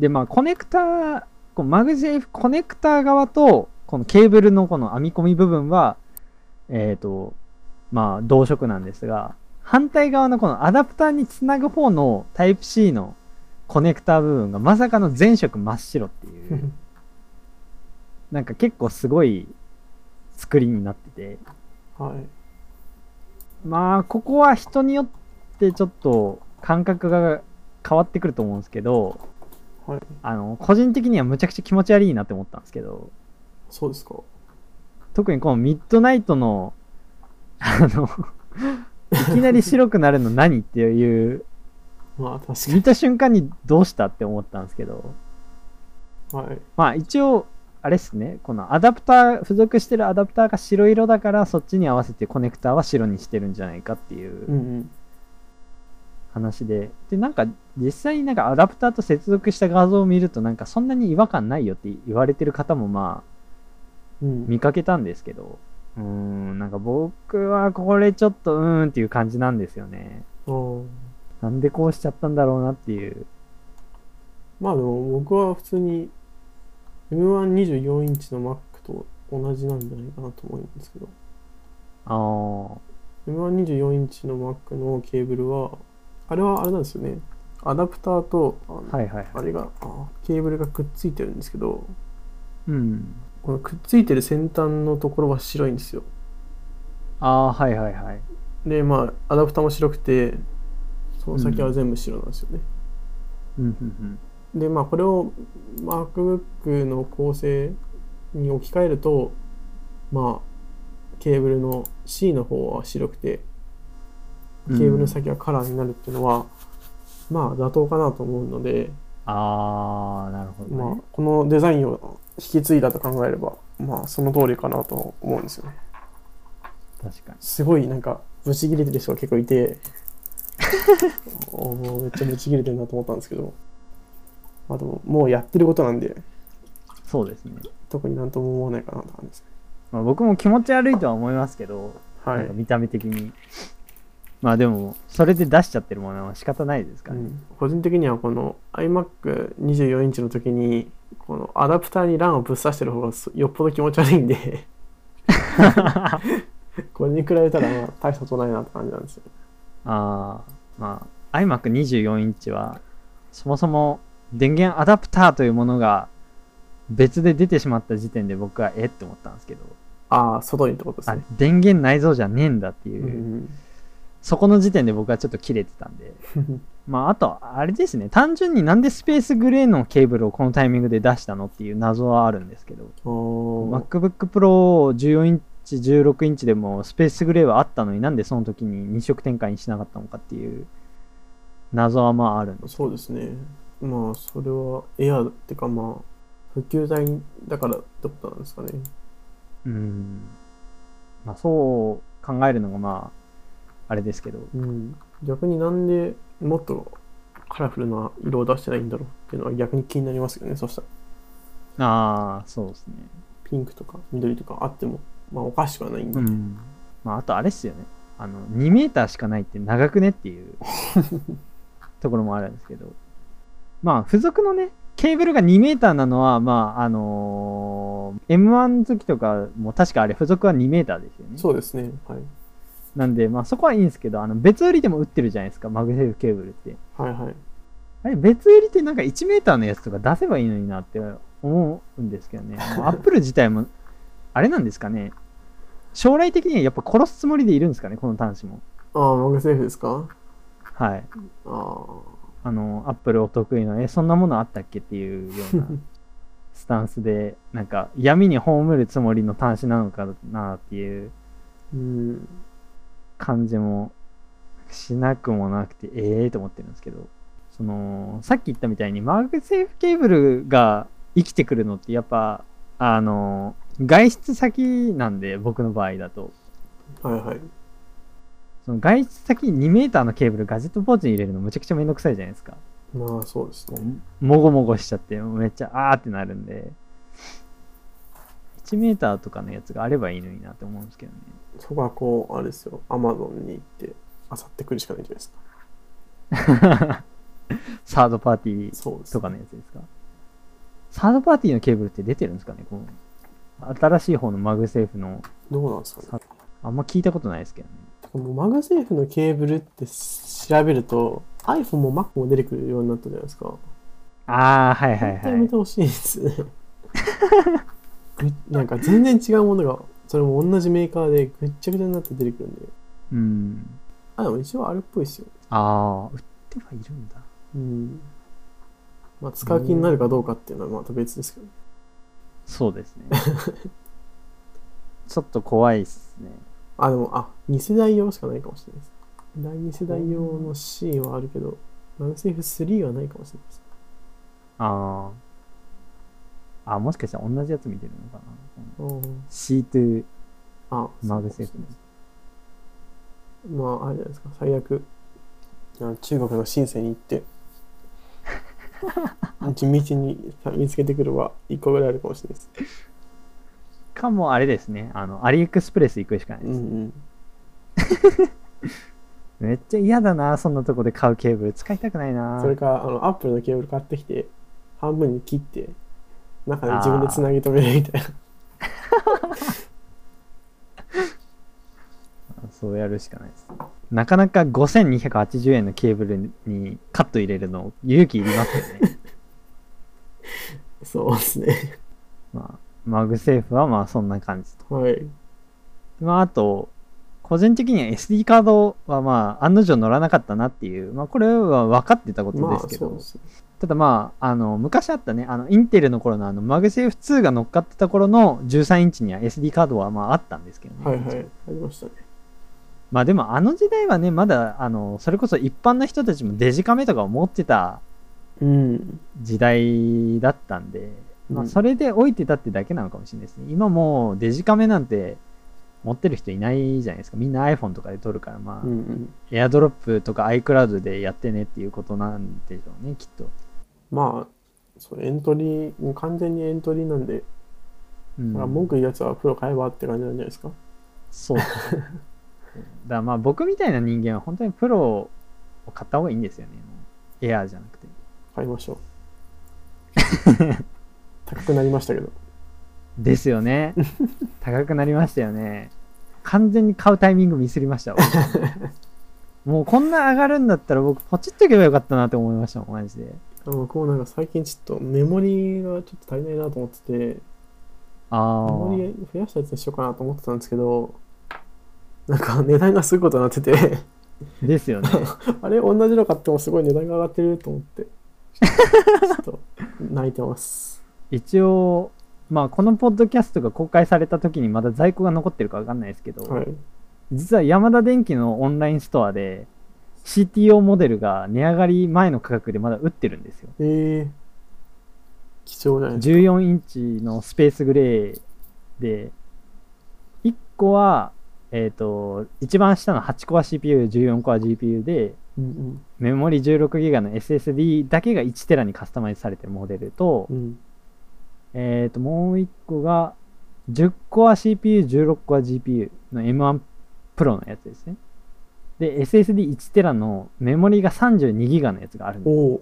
で、まあ、コネクター、このマグセーフコネクター側と、このケーブルのこの編み込み部分は、えっと、まあ、同色なんですが、反対側のこのアダプターにつなぐ方のタイプ C のコネクター部分がまさかの全色真っ白っていう、なんか結構すごい作りになってて、 はい。 まあ、ここは人によってちょっと感覚が変わってくると思うんですけど、 はい、 あの、個人的にはむちゃくちゃ気持ち悪いなって思ったんですけど、 そうですか。 特にこのミッドナイトのあのいきなり白くなるの何っていうまあ確かに見た瞬間にどうしたって思ったんですけど、 はい、 まあ一応あれっすね、このアダプター付属してるアダプターが白色だからそっちに合わせてコネクターは白にしてるんじゃないかっていう話で、うんうん、でなんか実際になんかアダプターと接続した画像を見るとなんかそんなに違和感ないよって言われてる方もまあ見かけたんですけど、うーん、なんか僕はこれちょっとうーんっていう感じなんですよね。なんでこうしちゃったんだろうなっていう。 まあでも僕は普通に エムワンにじゅうよん インチの Mac と同じなんじゃないかなと思うんですけど。 ああ。 エムワンにじゅうよん インチの Mac のケーブルは、あれはあれなんですよね。アダプターと、あ, はいはいはい、あれがあ、ケーブルがくっついてるんですけど、 うん。 このくっついてる先端のところは白いんですよ。 ああ、はいはいはい。 で、まあ、アダプターも白くて、その先は全部白なんですよね。 うんうんうん、 で、まあ、これを MacBook の構成に置き換えると、まあ、ケーブルの C の方は白くて、ケーブルの先はカラーになるっていうのは、うん、まあ、妥当かなと思うので、 ああ、なるほど、ね。 まあ、このデザインを引き継いだと考えれば、まあ、その通りかなと思うんですよね。 確かに。 すごい、なんか、ブチ切れてる人が結構いて、おめっちゃブチ切れてるなと思ったんですけど、まあでも、もうやってることなんで、 そうですね。 特になんとも思わないかなって感じですね。 まあ、僕も気持ち悪いとは思いますけど、 はい、 なんか見た目的に。まあでも、それで出しちゃってるものは仕方ないですからね、うん。 個人的にはこの アイマックにじゅうよん インチの時に、このアダプターに ラン をぶっ刺してる方がよっぽど気持ち悪いんでこれに比べたらまあ大したことないなって感じなんですよ。 ああ、まあ アイマックにじゅうよん インチはそもそも電源アダプターというものが別で出てしまった時点で僕はえって思ったんですけど、 ああ、外にってことですね。 電源内蔵じゃねえんだっていう、うん、そこの時点で僕はちょっと切れてたんでまああとあれですね、単純になんでスペースグレーのケーブルをこのタイミングで出したのっていう謎はあるんですけど、 MacBook Pro じゅうよんインチじゅうろくインチでもスペースグレーはあったのになんでその時にに色展開にしなかったのかっていう謎はまああるんです。 そうですね。まあそれはエアーってかまあ普及剤だからってことなんですかね。 うん。まあそう考えるのがまああれですけど、 うん、逆になんでもっとカラフルな色を出してないんだろうっていうのは逆に気になりますよね。そしたら。ああ、そうですね。 ピンクとか緑とかあってもまあおかしくはないんで。 うん、まああとあれっすよね。あのにメーターしかないって長くねっていうところもあるんですけど、まあ付属のねケーブルがにメーターなのはまああのー、エムワン の時とかも確かあれ付属はにメーターですよね。 そうですね。はい。 なんでまあそこはいいんですけど、あの別売りでも売ってるじゃないですか、マグセーフケーブルって。 はいはい。 あれ別売りってなんかいちメーターのやつとか出せばいいのになって思うんですけどね。アップル自体もあれなんですかね。将来的にはやっぱ殺すつもりでいるんですかね、この端子も。 ああ、マグセーフですか？ はい。 ああの、アップルお得意の、え、そんなものあったっけっていうようなスタンスで、なんか闇に葬るつもりの端子なのかなっていう感じもしなくもなくて、ええーと思ってるんですけど、その、さっき言ったみたいにマグセーフケーブルが生きてくるのってやっぱ、あの、外出先なんで、僕の場合だと。 はいはい。 その外出先ににメーターのケーブルガジェットポーチに入れるのむちゃくちゃめんどくさいじゃないですか。 まあそうですね。 もごもごしちゃってめっちゃあーってなるんで、いちメーターとかのやつがあればいいのになって思うんですけどね。 そこはこうあれですよ、アマゾンに行ってあさってくるしかないじゃないですか。 サードパーティーとかのやつですか。サードパーティーのケーブルって出てるんですかね、この新しい方のマグセーフの。 どうなんですかね。 あんま聞いたことないですけどね。 もうマグセーフのケーブルって調べると iPhone も Mac も出てくるようになったじゃないですか。 ああ、はいはいはい。 絶対やめてほしいですね。なんか全然違うものが、それも同じメーカーでぐっちゃぐちゃになって出てくるんで。 うん。 あ、でも一応あれっぽいですよ。 ああ、売ってはいるんだ。 うん。まあ使う気になるかどうかっていうのはまた別ですけど。 そうですね。ちょっと怖いっすね。 あ、でも、あ、に世代用しかないかもしれないです。だいに世代用の C はあるけど、マグセーフスリーはないかもしれないです。 ああ。あ、もしかしたら同じやつ見てるのかな。 うん、 シーツーあ、 マグセーフ。 まあ、あれじゃないですか。最悪、中国の深センに行って、地道に見つけてくるはいっこぐらいあるかもしれないです。 かもあれですね。あの、アリエクスプレス行くしかないです。うんうん、めっちゃ嫌だな、そんなとこで買うケーブル。使いたくないな。 それか、あの、アップルのケーブル買ってきて、半分に切って、中で自分でつなぎ止めるみたいな。 そうやるしかないです。なかなかごせんにひゃくはちじゅうえんのケーブルにカット入れるの勇気いりますよね。 そうですね。 まあ、マグセーフはまあそんな感じと。 はい。 まああと、個人的には エスディー カードはまあ案の定乗らなかったなっていう、まあこれは分かってたことですけど、まあ、ただまあ、あの、昔あったね、あの、インテルの頃のあの、マグセーフツーが乗っかってた頃のじゅうさんインチには エスディー カードはまああったんですけどね。 はいはい、ありましたね。 まあでもあの時代はね、まだ、あの、それこそ一般の人たちもデジカメとかを持ってた時代だったんで、うん、まあそれで置いてたってだけなのかもしれないですね。今もうデジカメなんて持ってる人いないじゃないですか。みんな iPhone とかで撮るから、まあ、うんうん、エアドロップとか iCloud でやってねっていうことなんでしょうね、きっと。 まあ、そうエントリー、もう完全にエントリーなんで、うん、文句言うやつはプロ買えばって感じなんじゃないですか。 そうだからまあ僕みたいな人間は本当にプロを買った方がいいんですよね。エアーじゃなくて。 買いましょう。高くなりましたけど。 ですよね。高くなりましたよね。完全に買うタイミングミスりました。もうこんな上がるんだったら僕ポチっとけばよかったなって思いましたもん、マジで。 僕もなんか最近ちょっとメモリがちょっと足りないなと思ってて、 あメモリ増やしたやつにしようかなと思ってたんですけど、なんか値段がすごいことになっててですよね。 あれ同じの買ってもすごい値段が上がってると思ってちょっと泣いてます。 一応まあこのポッドキャストが公開された時にまだ在庫が残ってるか分かんないですけど、はい、実はヤマダ電機のオンラインストアで シーティーオー モデルが値上がり前の価格でまだ売ってるんですよ。 えー、貴重じゃないですか。 じゅうよんインチのスペースグレーでいっこはえっと一番下のはちコア シーピーユー、じゅうよんコア ジーピーユー で、うんうん、メモリ じゅうろくギガ の エスエスディー だけがいちテラにカスタマイズされてるモデルと、うん、えっともういっこがじゅっコア シーピーユー、じゅうろくコア ジーピーユー の エムワン プロのやつですね。で エスエスディーいちテラのメモリが さんじゅうにギガ のやつがあるんです。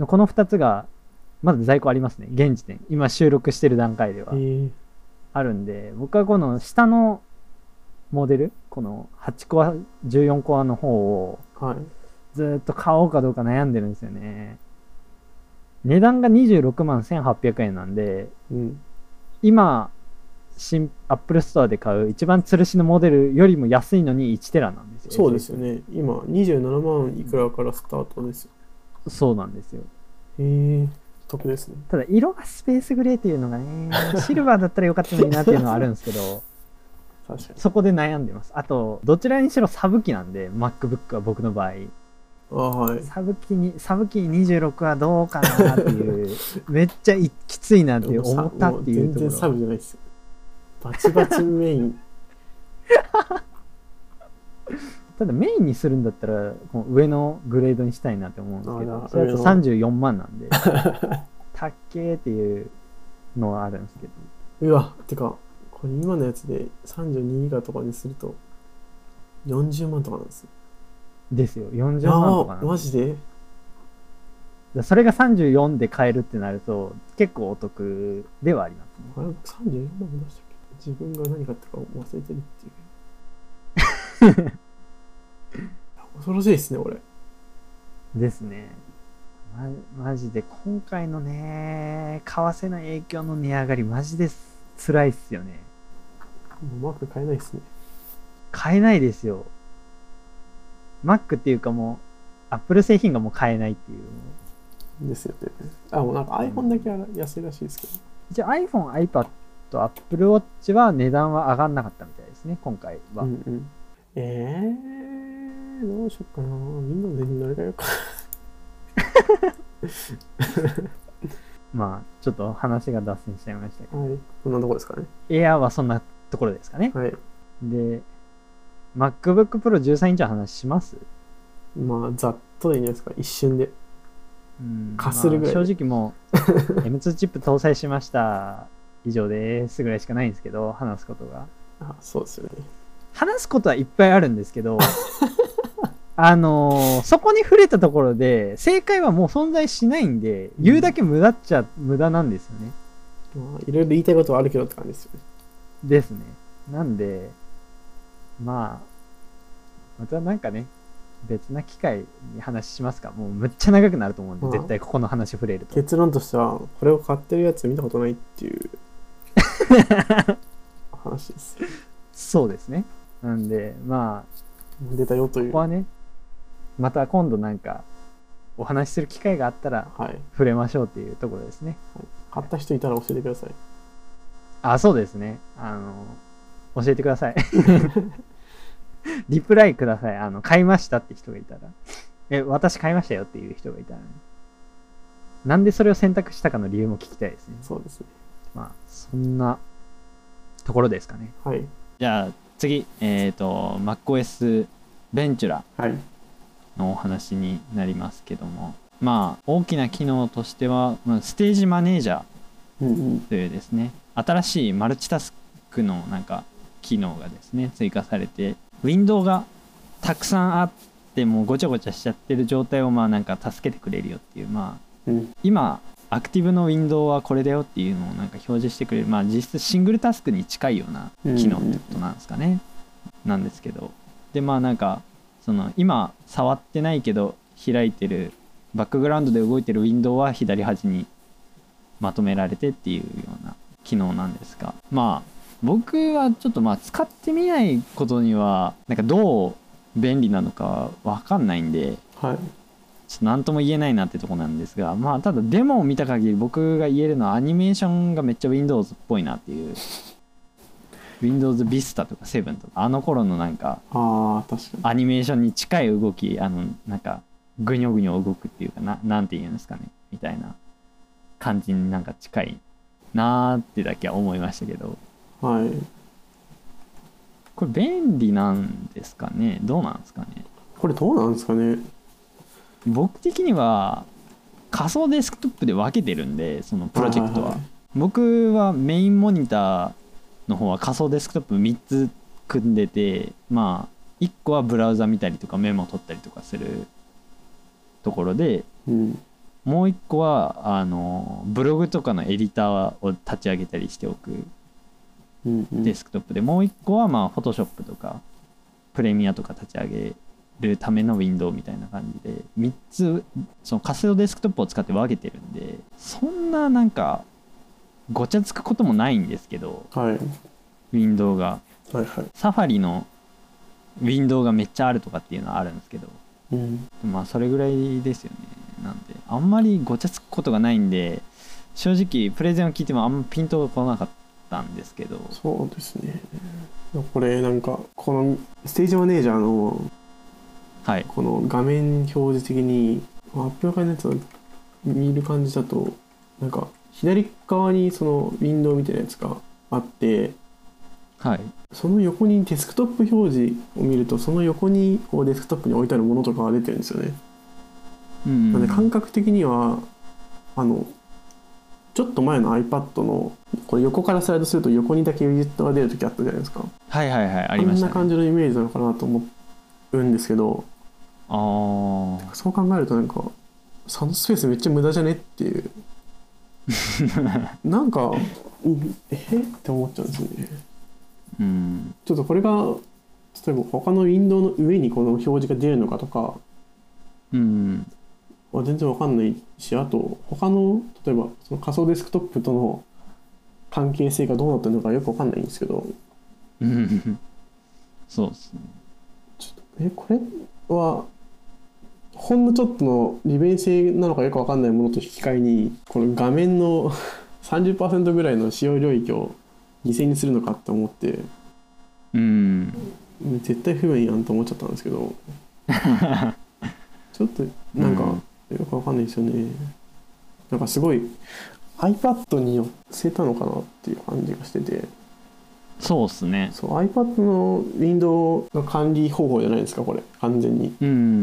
このふたつがまだ在庫ありますね、現時点。今収録してる段階ではあるんで、僕はこの下のモデル、このはちコア、じゅうよんコアの方をずっと買おうかどうか悩んでるんですよね。値段がにじゅうろくまんせんはっぴゃくえんなんで、うん、今新アップルストアで買う一番吊るしのモデルよりも安いのにいちテラなんですよ。 そうですよね。今にじゅうななまんいくらからスタートですよ。 そうなんですよ。 へえ、得ですね。 ただ色がスペースグレーっていうのがね、シルバーだったらよかったのになっていうのはあるんですけど確かにそこで悩んでます。あとどちらにしろサブ機なんで MacBook は僕の場合、 あ、はい、 サブ機にサブ機ににじゅうろくはどうかなっていうめっちゃきついなって思ったっていうところ。 全然サブじゃないですよ。バチバチメインただメインにするんだったらこう上のグレードにしたいなって思うんですけど、それだとさんじゅうよんまんなんでたっけーっていうのはあるんですけど、 うわてかこれ今のやつでさんじゅうにギガとかにするとよんじゅうまんとかなんですよ。 ですよ、よんじゅうまんとかなんで。 マジで？ それがさんじゅうよんで買えるってなると結構お得ではありますね。 あれさんじゅうよんまん出したっけ？自分が何買ったか忘れてるっていう恐ろしいですねこれ。 ですね。ま、マジで今回のね為替の影響の値上がりマジで辛いっすよね。 もう Mac 買えないっすね。 買えないですよ。Mac っていうかもう Apple 製品がもう買えないっていうですよね。あ、もうなんか iPhone だけ安いらしいですけど。 一応 iPhone、iPad、Apple Watch は値段は上がんなかったみたいですね、今回は。 うんうん、えー、どうしよっかな。Windows に乗り換えようか。 まあ、ちょっと話が脱線しちゃいましたけど。 はい。こんなとこですかね。 Air はそんなところですかね。 はい。 で、MacBook Pro じゅうさんインチの話します？ まあ、ざっとでいいんじゃないですか。一瞬で。 うん、 かするぐらい、 まあ、正直もう エムツー チップ搭載しました以上ですぐらいしかないんですけど、話すことが。 あ、そうですよね。 話すことはいっぱいあるんですけどあのー、そこに触れたところで正解はもう存在しないんで、うん、言うだけ無駄っちゃ無駄なんですよね。 まあ、いろいろ言いたいことはあるけどって感じですよね。 ですね。なんでまあまたなんかね別な機会に話しますか。もうむっちゃ長くなると思うんで、まあ、絶対ここの話触れると。 結論としてはこれを買ってるやつ見たことないっていう話です。 そうですね。なんでまあ出たよという。 ここはねまた今度なんかお話しする機会があったら触れましょうっていうところですね。 はい、買った人いたら教えてください。 あ、そうですね。あの教えてください。リプライください。あの買いましたって人がいたら、え、私買いましたよっていう人がいたら、ね、なんでそれを選択したかの理由も聞きたいですね。 そうですね。 まあそんなところですかね。 はい。 じゃあ次、えっと MacOS ベンチュラのお話になりますけども、はい、まあ大きな機能としては、まあ、ステージマネージャーというですね、うんうん、新しいマルチタスクのなんか機能がですね追加されて、ウィンドウがたくさんあってもごちゃごちゃしちゃってる状態をまあなんか助けてくれるよっていう、まあ、うん、今アクティブのウィンドウはこれだよっていうのをなんか表示してくれる、まあ実質シングルタスクに近いような機能ってことなんですかね、うんうん、なんですけど、でまあなんかその今触ってないけど開いてるバックグラウンドで動いてるウィンドウは左端にまとめられてっていうような機能なんですが、まあ僕はちょっとまあ使ってみないことにはなんかどう便利なのか分かんないんで、はい、ちょっと何とも言えないなってとこなんですが、まあただデモを見た限り僕が言えるのはアニメーションがめっちゃ Windows っぽいなっていうWindows Vista とかセブンとかあの頃のなんかあ確かにアニメーションに近い動き、あのなんかぐにょぐにょ動くっていうかな、なんて言うんですかねみたいな感じになんか近いなーってだけは思いましたけど、 はい、 これ便利なんですかね、どうなんですかね。 これどうなんですかね。 僕的には仮想デスクトップで分けてるんで、そのプロジェクトは、はいはいはい、僕はメインモニターの方は仮想デスクトップみっつ組んでて、まあいっこはブラウザ見たりとかメモ取ったりとかするところで、うん、もういっこはあのブログとかのエディターを立ち上げたりしておくデスクトップで、もう一個はまあフォトショップとかプレミアとか立ち上げるためのウィンドウみたいな感じでみっつその仮想デスクトップを使って分けてるんで、そんななんかごちゃつくこともないんですけど、はい、ウィンドウが、はいはい、サファリのウィンドウがめっちゃあるとかっていうのはあるんですけど、うん、まあそれぐらいですよね。なんであんまりごちゃつくことがないんで、正直プレゼンを聞いてもあんまピントが来なかったんですけど。 そうですね。これなんかこのステージマネージャーのこの画面表示的に発表会のやつを見る感じだと、なんか左側にそのウィンドウみたいなやつがあって、 はい、 その横にデスクトップ表示を見るとその横にこうデスクトップに置いてあるものとかが出てるんですよね。 うん、 なので感覚的にはあのちょっと前の iPad のこれ横からスライドすると横にだけウィジェットが出る時あったじゃないですか。 はいはいはい、ありましたね。 こんな感じのイメージなのかなと思うんですけど、 あそう考えるとなんかそのスペースめっちゃ無駄じゃねっていうなんかえって思っちゃうんですよね。 うん、 ちょっとこれが例えば他のウィンドウの上にこの表示が出るのかとか、 うん、 は全然わかんないし、あと他の例えばその仮想デスクトップとの関係性がどうなってるのかよくわかんないんですけど、 うん、そうですね。 ちょっとえこれはほんのちょっとの利便性なのかよくわかんないものと引き換えにこの画面のさんじゅっパーセント ぐらいの使用領域を犠牲にするのかって思って、 うん、 絶対不便やんと思っちゃったんですけどちょっとなんかよくわかんないですよね。なんかすごい iPad に寄せたのかなっていう感じがしてて、 そうですね。 そう iPad のウィンドウの管理方法じゃないですかこれ完全に。 うん、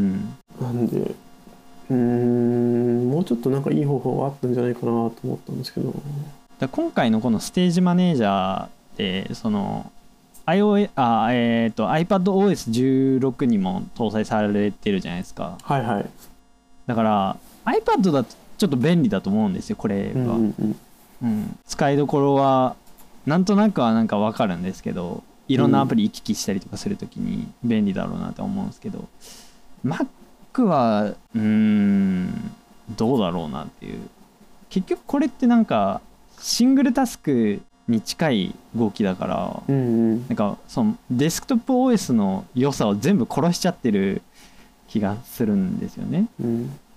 なんでうーんもうちょっとなんかいい方法があったんじゃないかなと思ったんですけど、 だ今回のこのステージマネージャーでその iOS あ、えー、と アイパッドオーエスじゅうろく にも搭載されてるじゃないですか。 はいはい。 だから iPad だとちょっと便利だと思うんですよこれは、うんうんうんうん、使いどころはなんとなくはなんか分かるんですけど、いろんなアプリ行き来したりとかするときに便利だろうなと思うんですけど、 Mac はうーんどうだろうなっていう。結局これってなんかシングルタスクに近い動きだから、 うんうん、 なんかそのデスクトップ オーエス の良さを全部殺しちゃってる気がするんですよね。 うん、 だから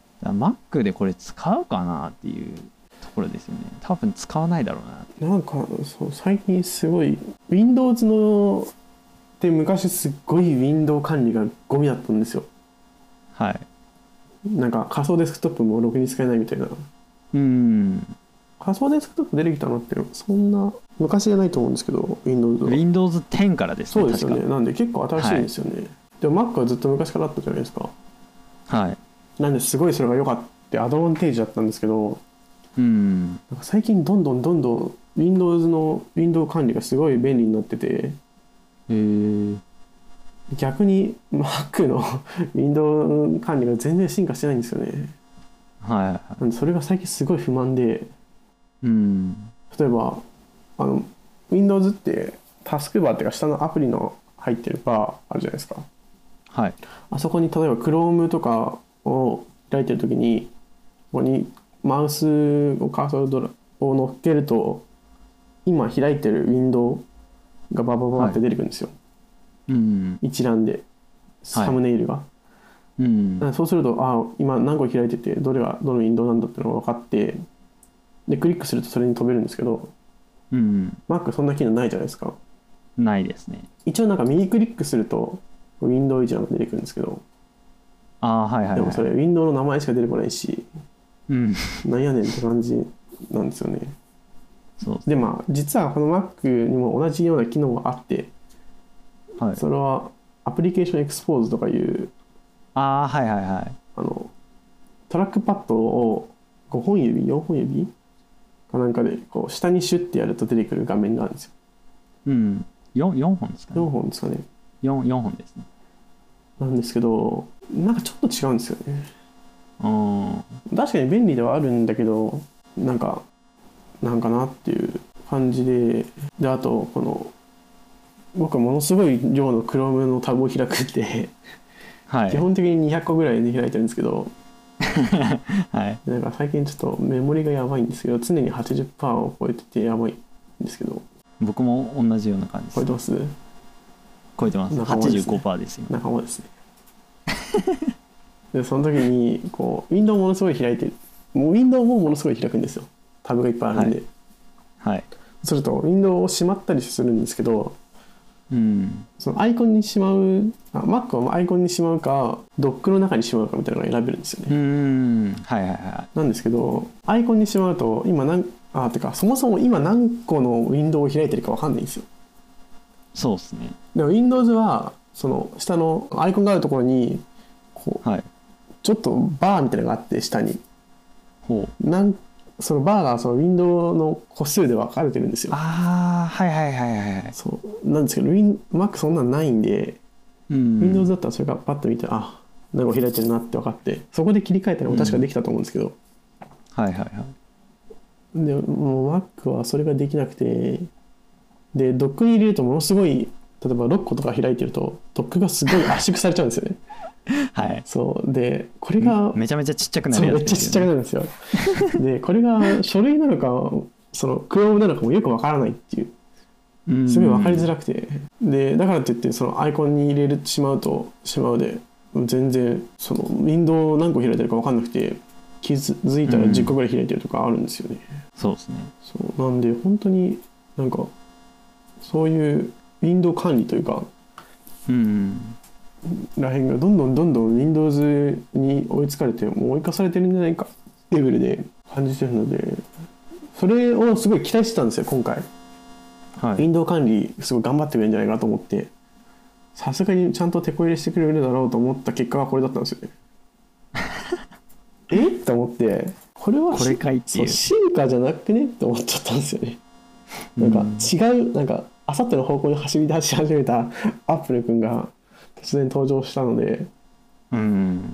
Mac でこれ使うかなっていうところですよね。多分使わないだろうな。 なんかそう最近すごい Windows ので昔すっごい Windows 管理がゴミだったんですよ。 はい。 なんか仮想デスクトップもろくに使えないみたいな。 うん。 仮想デスクトップ出てきたのってそんな昔じゃないと思うんですけど Windows はウィンドウズテンからですね。 そうですよね。 確かなんで結構新しいんですよね、はい、でも Mac はずっと昔からあったじゃないですか。 はい。 なんですごいそれが良かったアドバンテージだったんですけど、 うん、 なんか最近どんどんどんどん Windows の Windows 管理がすごい便利になってて、 へー、 逆に Mac の Windows 管理が全然進化してないんですよね。 はいはいはい。 なんでそれが最近すごい不満で、 うん、 例えばあの Windows ってタスクバーっていうか下のアプリの入ってるバーあるじゃないですか。 はい。 あそこに例えば Chrome とかを開いてるときにここにマウスをカーソルドラを乗っけると今開いてるウィンドウがババババって出てくるんですよ、 はい、うん、 一覧でサムネイルが、はい、うん、そうするとあ今何個開いててどれがどのウィンドウなんだっていうのが分かってでクリックするとそれに飛べるんですけど、 うん、 Mac そんな機能ないじゃないですか。 ないですね。 一応なんか右クリックするとウィンドウ一覧が出てくるんですけど、 あ、はいはいはい、 でもそれウィンドウの名前しか出てこないし、 うん、 なんやねんって感じなんですよね。 そうでまあ実はこの Mac にも同じような機能があって、はい、それはアプリケーションエクスポーズとかいうあ、はいはいはい、 あのトラックパッドをごほん指よんほん指かなんかでこう下にシュッてやると出てくる画面があるんですよ。 うん、よん, よんほんですかね。 よんほんですかね。 4, 4本ですね。 なんですけどなんかちょっと違うんですよね。 うん、 確かに便利ではあるんだけどなんかなんかなっていう感じで、であとこの僕はものすごい量の Chrome のタブを開くって、はい、基本的ににひゃっこぐらいで開いてるんですけど、はい、なんか最近ちょっとメモリがやばいんですけど常に はちじゅっパーセント を超えててやばいんですけど。 僕も同じような感じです。 超えてます？ 超えてます。はちじゅうごパーセント ですよ。 仲間ですね。でその時にこうウィンドウものすごい開いてる、もうウィンドウもものすごい開くんですよ。タブがいっぱいあるんで、はいはい、するとウィンドウをしまったりするんですけど、うん、そのアイコンにしまうあ Mac はアイコンにしまうかドックの中にしまうかみたいなのが選べるんですよね。うん、はいはいはい。なんですけどアイコンにしまうと今何あてかそもそも今何個のウィンドウを開いてるか分かんないんですよ。 そうですね。 でも Windows はその下のアイコンがあるところにこう、はい、ちょっとバーみたいなのがあって下にほうなんそのバーがそのウィンドウの個数で分かれてるんですよ。 ああはいはいはいはい。 そうなんですけど Mac そんなんないんで、うん、Windows だったらそれがパッと見てあなんか開いてるなって分かってそこで切り替えたのも確かできたと思うんですけど、 うん、はいはいはい。 でもう Mac はそれができなくてでドックに入れるとものすごい例えばろっことか開いてるとドックがすごい圧縮されちゃうんですよね。はいそうでこれがめちゃめちゃちっちゃくなるやつ、 ね、めっちゃちっちゃくなるんですよ。でこれが書類なのかその Chrome なのかもよくわからないっていうすごい分かりづらくてでだからといってそのアイコンに入れてしまうとしまうで全然そのウィンドウ何個開いてるか分かんなくて気づいたらじゅっこぐらい開いてるとかあるんですよね。 うん、そうですね。 そうなんで本当になんかそういうウィンドウ管理というか、うん、らへんがどんどんどんどん Windows に追いつかれてもう追い越されてるんじゃないかレベルで感じてるのでそれをすごい期待してたんですよ今回、はい、Windows 管理すごい頑張ってくれるんじゃないかと思ってさすがにちゃんとテこ入れしてくれるだろうと思った結果がこれだったんですよね。えって思ってこれはこれかいっていう進化じゃなくねって思っちゃったんですよね。なんか違うなんかあさっての方向に走り出し始めたアップル君が突然登場したので、うん、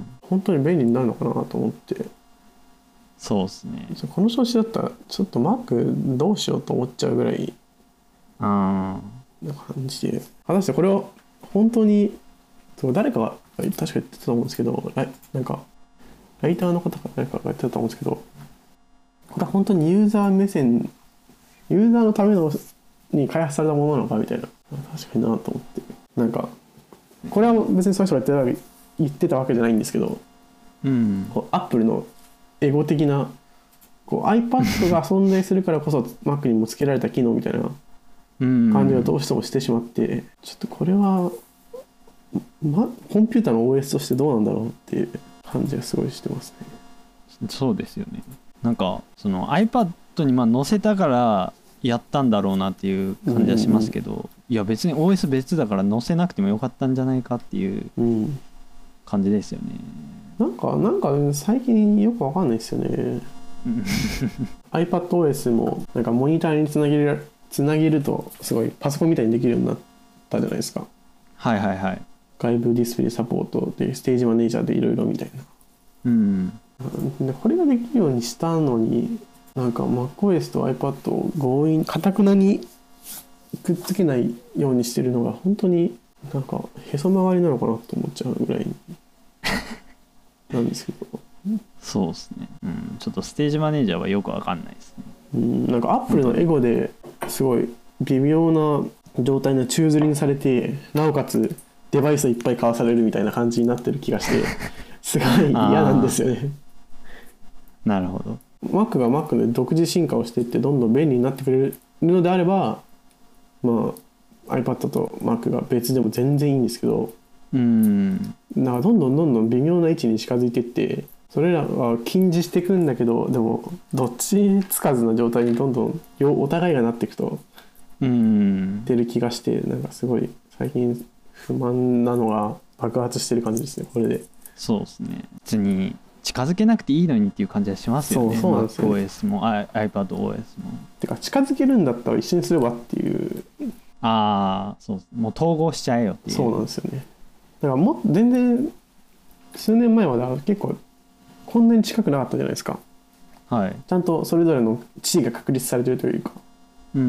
本当に便利になるのかなと思って。 そうですね。 この調子だったらちょっと Mac どうしようと思っちゃうぐらいな感じで果たしてこれは本当に誰かが確か言ってたと思うんですけどなんかライターの方か誰かが言ってたと思うんですけどこれは本当にユーザー目線ユーザーのためのに開発されたものなのかみたいな確かになと思ってなんかこれは別にそういう人が言ってた、言ってたわけじゃないんですけど、うん、こう Apple のエゴ的なこう iPad が存在するからこそ Mac にも付けられた機能みたいな感じがどうしてもしてしまってちょっとこれは、ま、コンピューターの オーエス としてどうなんだろうっていう感じがすごいしてますね。そうですよね。なんかその iPad にまあ載せたからやったんだろうなっていう感じはしますけど、うんうん、いや別に オーエス 別だから載せなくてもよかったんじゃないかっていう感じですよね。 うん、なんかなんか最近よくわかんないですよね。iPadOS もなんかモニターにつなげるつなげるとすごいパソコンみたいにできるようになったじゃないですか。 はいはいはい。 外部ディスプレイサポートでステージマネージャーでいろいろみたいな。うん。でこれができるようにしたのになんか MacOS と iPad を強引かたくなにくっつけないようにしてるのが本当になんかへそ曲がりなのかなと思っちゃうぐらいなんですけど。 そうですね、うん、ちょっとステージマネージャーはよくわかんないですね。 うん、なんか Apple のエゴですごい微妙な状態の宙吊りにされてなおかつデバイスをいっぱい買わされるみたいな感じになってる気がしてすごい嫌なんですよね。 なるほど。 Mac が Mac で独自進化をしていってどんどん便利になってくれるのであればまあ iPad と Mac が別でも全然いいんですけど、うんなんかどんどんどんどん微妙な位置に近づいていってそれらは禁じしていくんだけどでもどっちつかずな状態にどんどんお互いがなっていくと出る気がしてなんかすごい最近不満なのが爆発してる感じですねこれで。 そうですね。別に近づけなくていいのにっていう感じはしますよね。 そうそうなんですよね。 MacOS も iPadOS も。 てか近づけるんだったら一緒にすればっていう。 ああそうもう統合しちゃえよっていう。 そうなんですよね。だからもう全然数年前までは結構こんなに近くなかったじゃないですか。はい。ちゃんとそれぞれの地位が確立されてるというか。うん。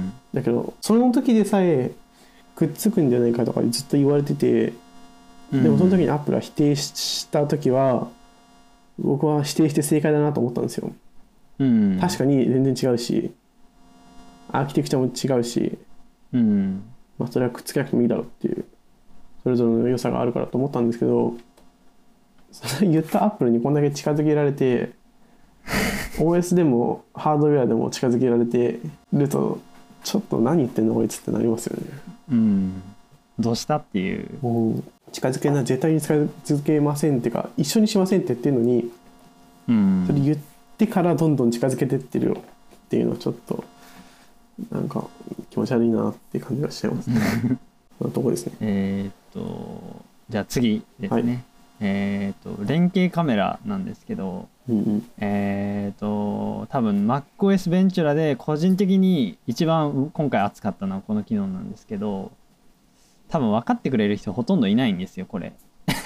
だけどその時でさえくっつくんじゃないかとかずっと言われてて、でもその時にアップルは否定した時は僕は否定して正解だなと思ったんですよ。うん。確かに全然違うし、アーキテクチャも違うし、うん。まあそれはくっつけなくてもいいだろうっていうそれぞれの良さがあるからと思ったんですけど。それ言ったアップルにこんだけ近づけられてオーエス でもハードウェアでも近づけられてるとちょっと何言ってんのこいつってなりますよね。 うんどうしたっていう。 もう近づけな絶対に近づけませんっていうか一緒にしませんって言ってるのに、うん、それ言ってからどんどん近づけてってるよっていうのはちょっとなんか気持ち悪いなっていう感じがしちゃいますねそのとこですね。 えーっとじゃあ次ですね、 はい、 えーっと連携カメラなんですけど、 うんうん、 えーっと多分 MacOS Ventura で個人的に一番今回熱かったのはこの機能なんですけど、多分分かってくれる人ほとんどいないんですよこれ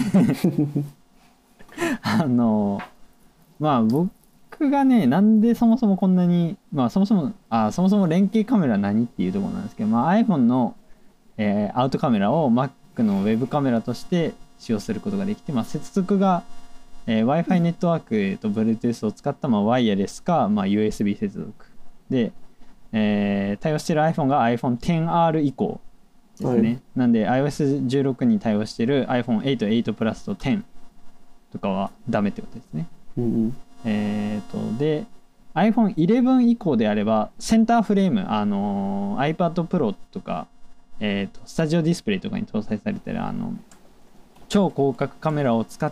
あのまあ僕がねなんでそもそもこんなにまあそもそもあそもそも連携カメラ何っていうところなんですけど、まあ、iPhone の、えーアウトカメラを Mac のウェブカメラとして使用することができて、まあ、接続が、えー、Wi-Fi ネットワークと Bluetooth を使った、まあ、ワイヤレスか、まあ、ユーエスビー 接続で、えー対応している iPhone が アイフォンテンアール 以降ですね、はい、なんで アイオーエスじゅうろく に対応している アイフォンエイト、エイトプラスとテンとかはダメってことですね、 うんうん、 えーとで アイフォンイレブン 以降であればセンターフレーム、あのー、iPad Pro とか、えーとスタジオディスプレイとかに搭載されてるあの超広角カメラを使って、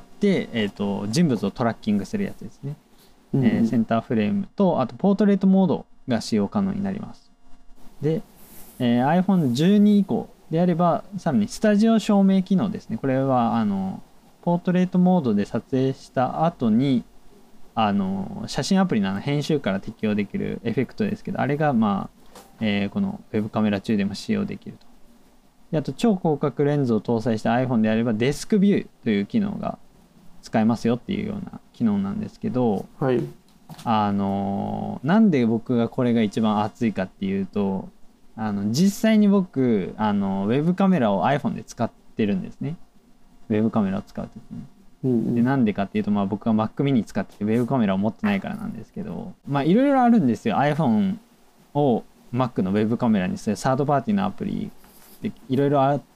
えーと人物をトラッキングするやつですね、うんうん、えー、センターフレームとあとポートレートモードが使用可能になります。で、えー、アイフォンじゅうに 以降であればさらにスタジオ照明機能ですね。これはあのポートレートモードで撮影した後にあの写真アプリの編集から適用できるエフェクトですけど、あれが、まあえー、このウェブカメラ中でも使用できると。であと超広角レンズを搭載した iPhone であればデスクビューという機能が使えますよっていうような機能なんですけど、 はい、 あのなんで僕がこれが一番熱いかっていうと、あの実際に僕あのウェブカメラを iPhone で使ってるんですね。ウェブカメラを使うときに、うんうん、でなんでかっていうと、まあ、僕は Mac mini 使っててウェブカメラを持ってないからなんですけど、まあいろいろあるんですよ。 iPhone を Mac のウェブカメラにするサードパーティーのアプリでいろいろあって、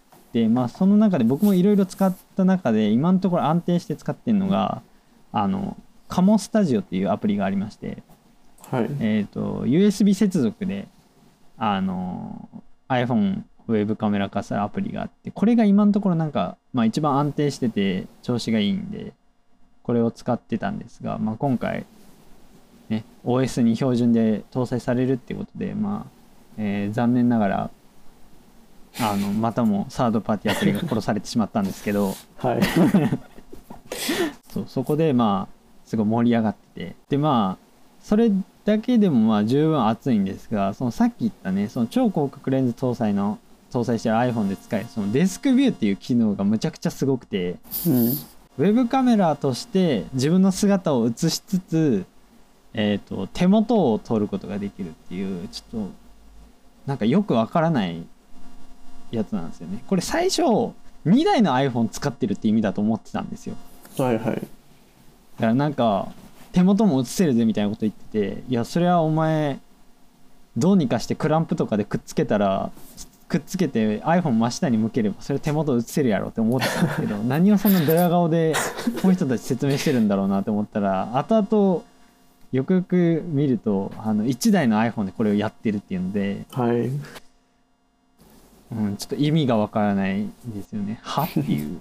まあ、その中で僕もいろいろ使った中で今のところ安定して使ってるのがあのカモスタジオっていうアプリがありまして、 はい、 えーと ユーエスビー 接続であの iPhone ウェブカメラ化するアプリがあって、これが今のところなんか、まあ、一番安定してて調子がいいんでこれを使ってたんですが、まあ、今回、ね、オーエス に標準で搭載されるっていうことで、まあえー、残念ながらあのまたもサードパーティーアプリが殺されてしまったんですけど、 はい、 そうそこでまあすごい盛り上がってて、でまあそれだけでもまあ十分熱いんですが、そのさっき言ったねその超広角レンズ搭載の搭載してる iPhone で使えるそのデスクビューっていう機能がむちゃくちゃすごくて、うん、ウェブカメラとして自分の姿を映しつつ、えーと、手元を撮ることができるっていうちょっとなんかよくわからないやつなんですよね。これ最初にだいの iPhone 使ってるって意味だと思ってたんですよ。 はいはい。だからなんか手元も映せるぜみたいなこと言ってて、いやそれはお前どうにかしてクランプとかでくっつけたらくっつけて iPhone 真下に向ければそれ手元映せるやろって思ってたんですけど何をそんなドヤ顔でこの人たち説明してるんだろうなって思ったら後々よくよく見るとあのいちだいの iPhone でこれをやってるっていうので、 はいうん、ちょっと意味がわからないですよね。はっていう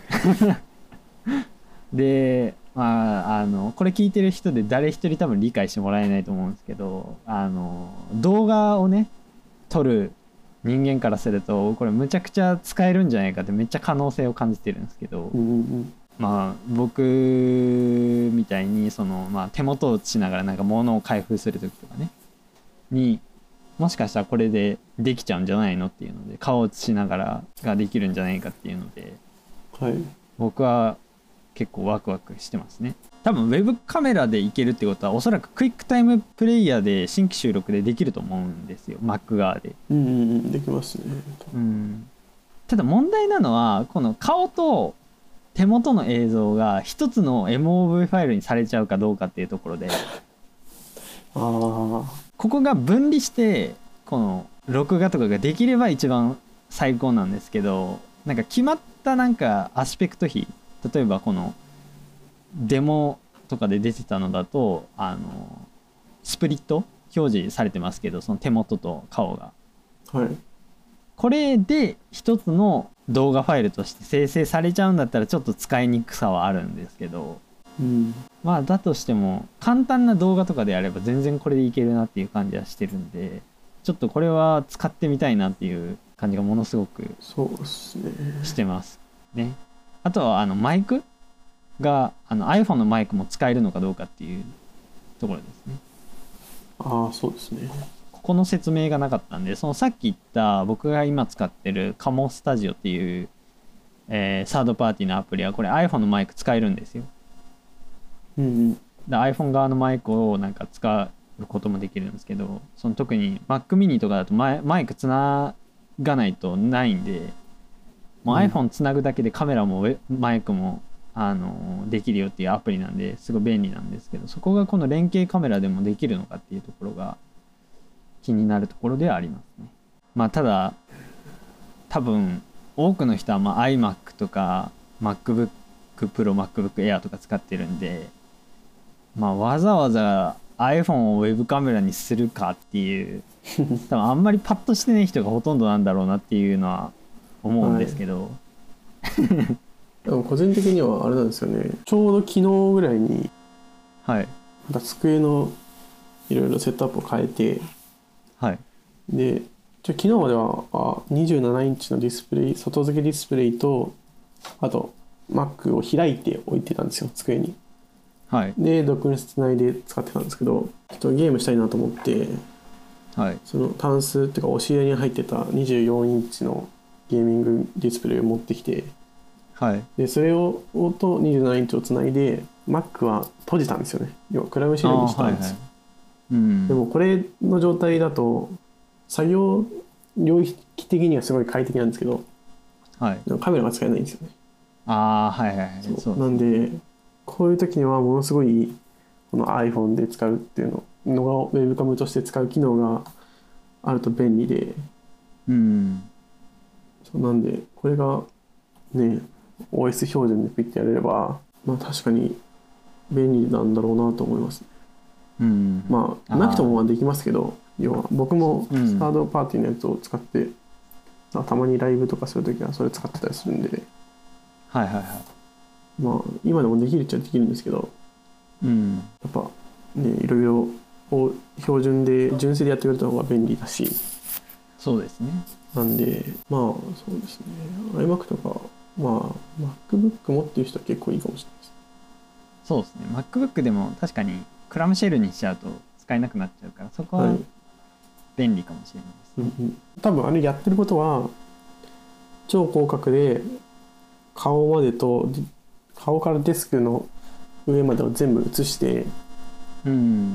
で、まあ、あのこれ聞いてる人で誰一人多分理解してもらえないと思うんですけど、あの動画をね撮る人間からするとこれむちゃくちゃ使えるんじゃないかってめっちゃ可能性を感じてるんですけど、 うんうん、 まあ僕みたいにその、まあ、手元を映しながらなんか物を開封する時とかねにもしかしたらこれでできちゃうんじゃないのっていうので顔を映しながらができるんじゃないかっていうので、 はい、 僕は結構ワクワクしてますね。多分ウェブカメラでいけるってことはおそらくクイックタイムプレイヤーで新規収録でできると思うんですよ Mac 側で。 うんうんうんできますね。 うん。ただ問題なのはこの顔と手元の映像が一つの エムオーブイ ファイルにされちゃうかどうかっていうところで、 あーここが分離してこの録画とかができれば一番最高なんですけど、なんか決まったなんかアスペクト比、例えばこのデモとかで出てたのだとあのスプリット表示されてますけどその手元と顔が、 はい、 これで一つの動画ファイルとして生成されちゃうんだったらちょっと使いにくさはあるんですけど、 うん、 まあだとしても簡単な動画とかであれば全然これでいけるなっていう感じはしてるんで、ちちょっとこれは使ってみたいなっていう感じがものすごくそうですねしてますね。あとはあのマイクがあの iPhone のマイクも使えるのかどうかっていうところですね。 ああそうですね。 ここの説明がなかったんで、そのさっき言った僕が今使ってるカモスタジオっていう、えーサードパーティーのアプリはこれ iPhone のマイク使えるんですよ。 うんうんで iPhone 側のマイクをなんか使うこともできるんですけど、その特に Mac mini とかだとマイマイクつながないとないんで、もう iPhone つなぐだけでカメラもウェマイクもあのできるよっていうアプリなんですごい便利なんですけど、そこがこの連携カメラでもできるのかっていうところが気になるところではありますね。まあただ多分多くの人はまあ iMac とか MacBook Pro、MacBook Air とか使ってるんで、まあわざわざ iPhone をウェブカメラにするかっていう多分あんまりパッとしてない人がほとんどなんだろうなっていうのは思うんですけど、 はい、でも個人的にはあれなんですよね。ちょうど昨日ぐらいにはいまた机のいろいろセットアップを変えて、 はいでちょ昨日まではあにじゅうななインチのディスプレイ、外付けディスプレイとあと Mac を開いて置いてたんですよ、机に。 はいでドックにつないで使ってたんですけど、ちょっとゲームしたいなと思ってはいそのタンスっていうか押し入れに入ってたにじゅうよんインチのゲーミングディスプレイを持ってきて、 はいでそれをとにじゅうななインチをつないで Mac は閉じたんですよね。要はクラムシールにしたんですよ。 はいはいうん、 でもこれの状態だと作業領域的にはすごい快適なんですけど、 はい、 カメラが使えないんですよね。 ああはいはいはいそうそうなんでこういう時にはものすごいこの iPhone で使うっていうののがウェブカムとして使う機能があると便利で、 うんそうなんでこれがね オーエス 標準でピッてやれればまあ確かに便利なんだろうなと思います。 うんまあなくともまあできますけど、要は僕もサードパーティーのやつを使って、うん、たまにライブとかするときはそれ使ってたりするんで、 はいはいはいまあ今でもできるっちゃできるんですけど、 うんやっぱねいろいろを標準で純正でやってくれた方が便利だし、 そうですね。 なんでまあそうですね iMac とかまあ MacBook 持ってる人は結構いいかもしれないです。 そうですね MacBook でも確かにクラムシェルにしちゃうと使えなくなっちゃうから、そこは便利かもしれないですね、 はいうんうん、多分あれやってることは超広角で顔までと顔からデスクの上までを全部映して、 うん、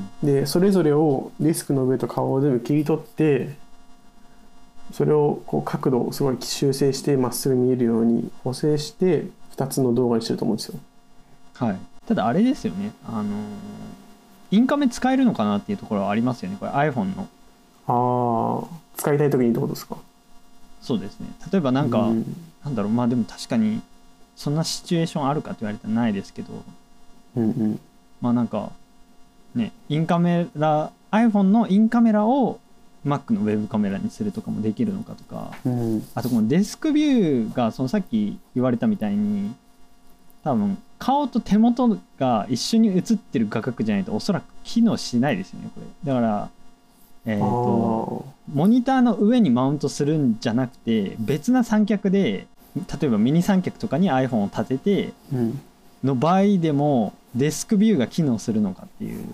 でそれぞれをデスクの上と顔を全部切り取ってそれをこう角度をすごい修正してまっすぐ見えるように補正してふたつの動画にしてると思うんですよ。 はい、ただあれですよね、あのインカメ使えるのかなっていうところはありますよね、これ iPhone の。 ああ使いたい時にってことですか。 そうですね、例えばなんか、うん、なんだろう、まあでも確かにそんなシチュエーションあるかって言われたらないですけど、 うんうん、 まあなんかねインカメラ iPhone のインカメラを Mac のウェブカメラにするとかもできるのかとか、 うん、 あとこのデスクビューがそのさっき言われたみたいに多分顔と手元が一緒に映ってる画角じゃないとおそらく機能しないですよねこれ。だからえーとモニターの上にマウントするんじゃなくて別な三脚で例えばミニ三脚とかに iPhone を立てての場合でもデスクビューが機能するのかっていう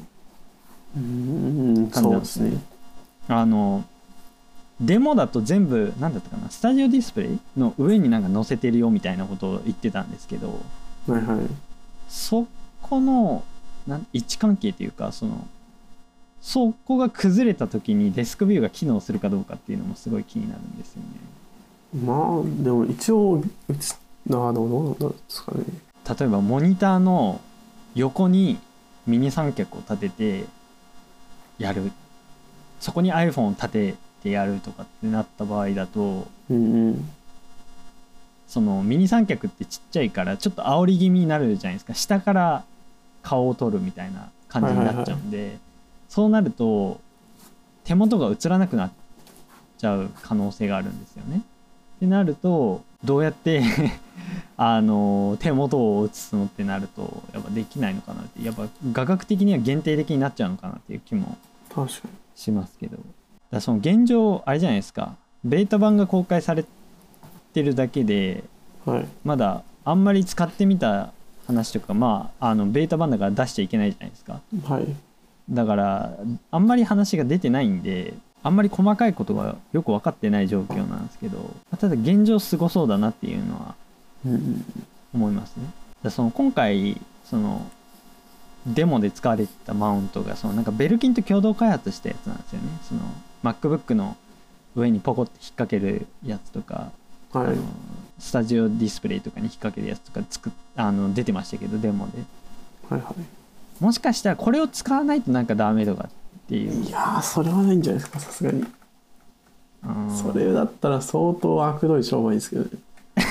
感じなんですね。あのデモだと全部何だったかな、スタジオディスプレイの上になんか載せてるよみたいなことを言ってたんですけど、 はいはい、 そこのなん位置関係というかそのそこが崩れた時にデスクビューが機能するかどうかっていうのもすごい気になるんですよね。 まあでも一応映っあでもどうなんですかね。 例えばモニターの横にミニ三脚を立ててやる、そこに iPhone を立ててやるとかってなった場合だと、 うんうん、 そのミニ三脚ってちっちゃいからちょっと煽り気味になるじゃないですか、下から顔を撮るみたいな感じになっちゃうんで、はいはいはい、そうなると手元が映らなくなっちゃう可能性があるんですよね。ってなるとどうやってあの手元を映すのってなるとやっぱできないのかなって、やっぱ画角的には限定的になっちゃうのかなっていう気もしますけど、 だその現状あれじゃないですか、ベータ版が公開されてるだけで、 はい、 まだあんまり使ってみた話とか、まああのベータ版だから出しちゃいけないじゃないですか。 はい、 だからあんまり話が出てないんで、あんまり細かいことがよく分かってない状況なんですけど、ただ現状すごそうだなっていうのは思いますね。だその今回そのデモで使われてたマウントがそのなんかベルキンと共同開発したやつなんですよね。その MacBook の上にポコって引っ掛けるやつとか、 はい、 あのスタジオディスプレイとかに引っ掛けるやつとか作っあの出てましたけど、デモで、 はいはい、 もしかしたらこれを使わないとなんかダメとかっていう。 いやーそれはないんじゃないですか、さすがに。それだったら相当悪どい商売ですけどね。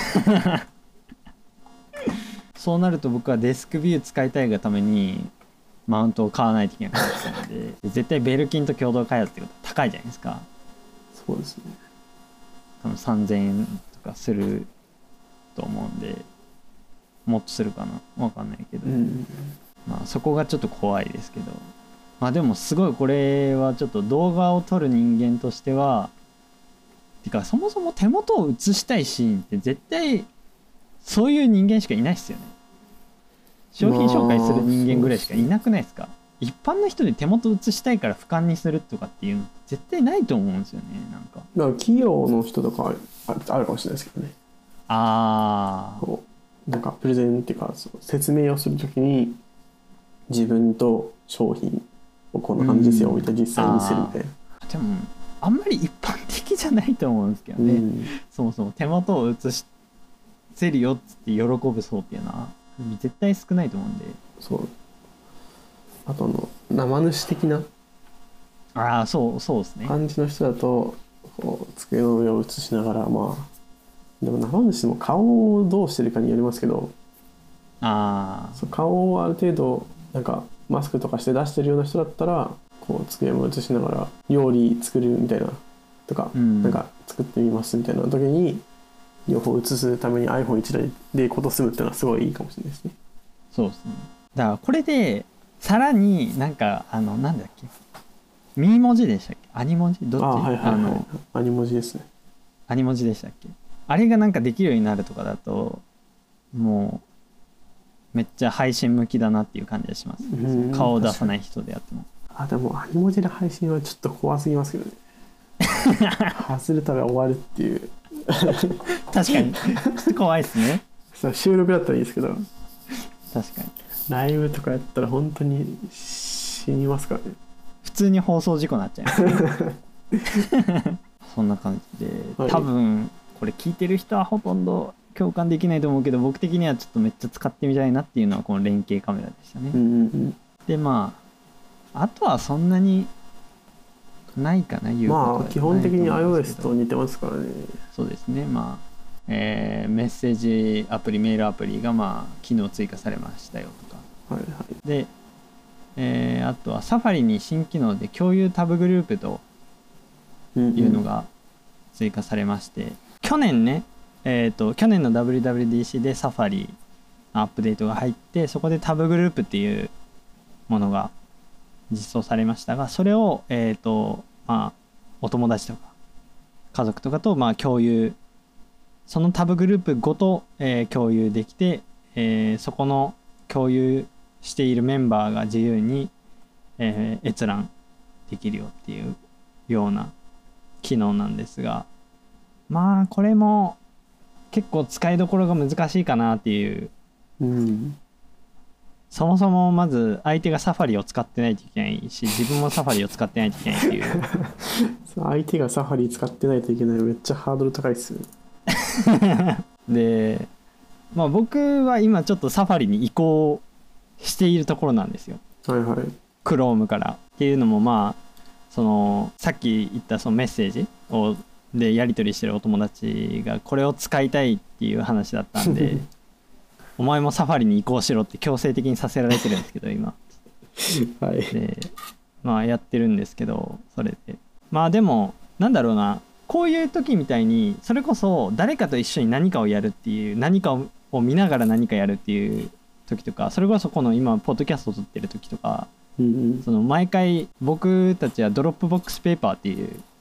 そうなると僕はデスクビュー使いたいがためにマウントを買わないといけなかったので絶対ベルキンと共同開発ってことは高いじゃないですか。 そうですね。 多分さんぜんえんとかすると思うんで、もっとするかなわかんないけど、うん、まあそこがちょっと怖いですけど、まあでもすごいこれはちょっと動画を撮る人間としては、てかそもそも手元を映したいシーンって絶対そういう人間しかいないですよね。商品紹介する人間ぐらいしかいなくないですか。一般の人で手元映したいから俯瞰にするとかっていうの絶対ないと思うんですよね。なんかだから企業の人とかある、あるかもしれないですけどね。 ああ、 なんかプレゼンっていうか説明をするときに自分と商品をこんな感じですよみたいな実際に見せるみたいな。 でもあんまり一般的じゃないと思うんですけどね、うん、そもそも手元を映せるよっつって喜ぶ層っていうのは絶対少ないと思うんで。 そう、あとあの生主的なああそうそうですね感じの人だとこう机の上を映しながら、まあでも生主も顔をどうしてるかによりますけど、 あそう顔をある程度なんかマスクとかして出してるような人だったらこう机も映しながら料理作るみたいなとか、うん、なんか作ってみますみたいな時に両方映すために アイフォンいち 台でこと済むっていうのはすごいいいかもしれないですね。 そうですね。だからこれでさらになんかあのなんだっけミー文字でしたっけアニ文字どっち？ あ、はいはいはい、あのアニ文字ですね。 アニ文字でしたっけ。あれがなんかできるようになるとかだともうめっちゃ配信向きだなっていう感じがします。顔を出さない人であっても。 あ、でもアニ文字で配信はちょっと怖すぎますけどね。外れたら終わるっていう。 確かに怖いですね。 そう収録だったらいいですけど、 確かにライブとかやったら本当に死にますからね。 普通に放送事故になっちゃいます、ね、そんな感じで、はい、多分これ聞いてる人はほとんど共感できないと思うけど、僕的にはちょっとめっちゃ使ってみたいなっていうのはこの連携カメラでしたね、 うんうんうん、 でまああとはそんなにないかな、言うことは。 まあ基本的に iOS と似てますからね。 そうですね。まあ、えー、メッセージアプリ、メールアプリがまあ機能追加されましたよとか、 はいはい、 で、えー、あとはサファリに新機能で共有タブグループというのが追加されまして、うんうん、去年ね、えーと、去年の ダブリューダブリューディーシー でサファリのアップデートが入って、そこでタブグループっていうものが実装されましたが、それを、えーとまあ、お友達とか家族とかとまあ共有、そのタブグループごと、えー、共有できて、えー、そこの共有しているメンバーが自由に、えー、閲覧できるよっていうような機能なんですが、まあこれも結構使いどころが難しいかなっていう、 うん、 そもそもまず相手がサファリを使ってないといけないし、自分もサファリを使ってないといけないっていう相手がサファリ使ってないといけない、めっちゃハードル高いっすよで、まあ僕は今ちょっとサファリに移行しているところなんですよ。 はいはい。 Chrome からっていうのも、まあそのさっき言ったそのメッセージをでやり取りしてるお友達がこれを使いたいっていう話だったんでお前もサファリに移行しろって強制的にさせられてるんですけど今はい。 でまあやってるんですけど、それでまあでもなんだろうな、こういう時みたいにそれこそ誰かと一緒に何かをやるっていう、何かを見ながら何かやるっていう時とか、それこそこの今ポッドキャストを撮ってる時とか、 うんうん、 その毎回僕たちはドロップボックスペーパーっていう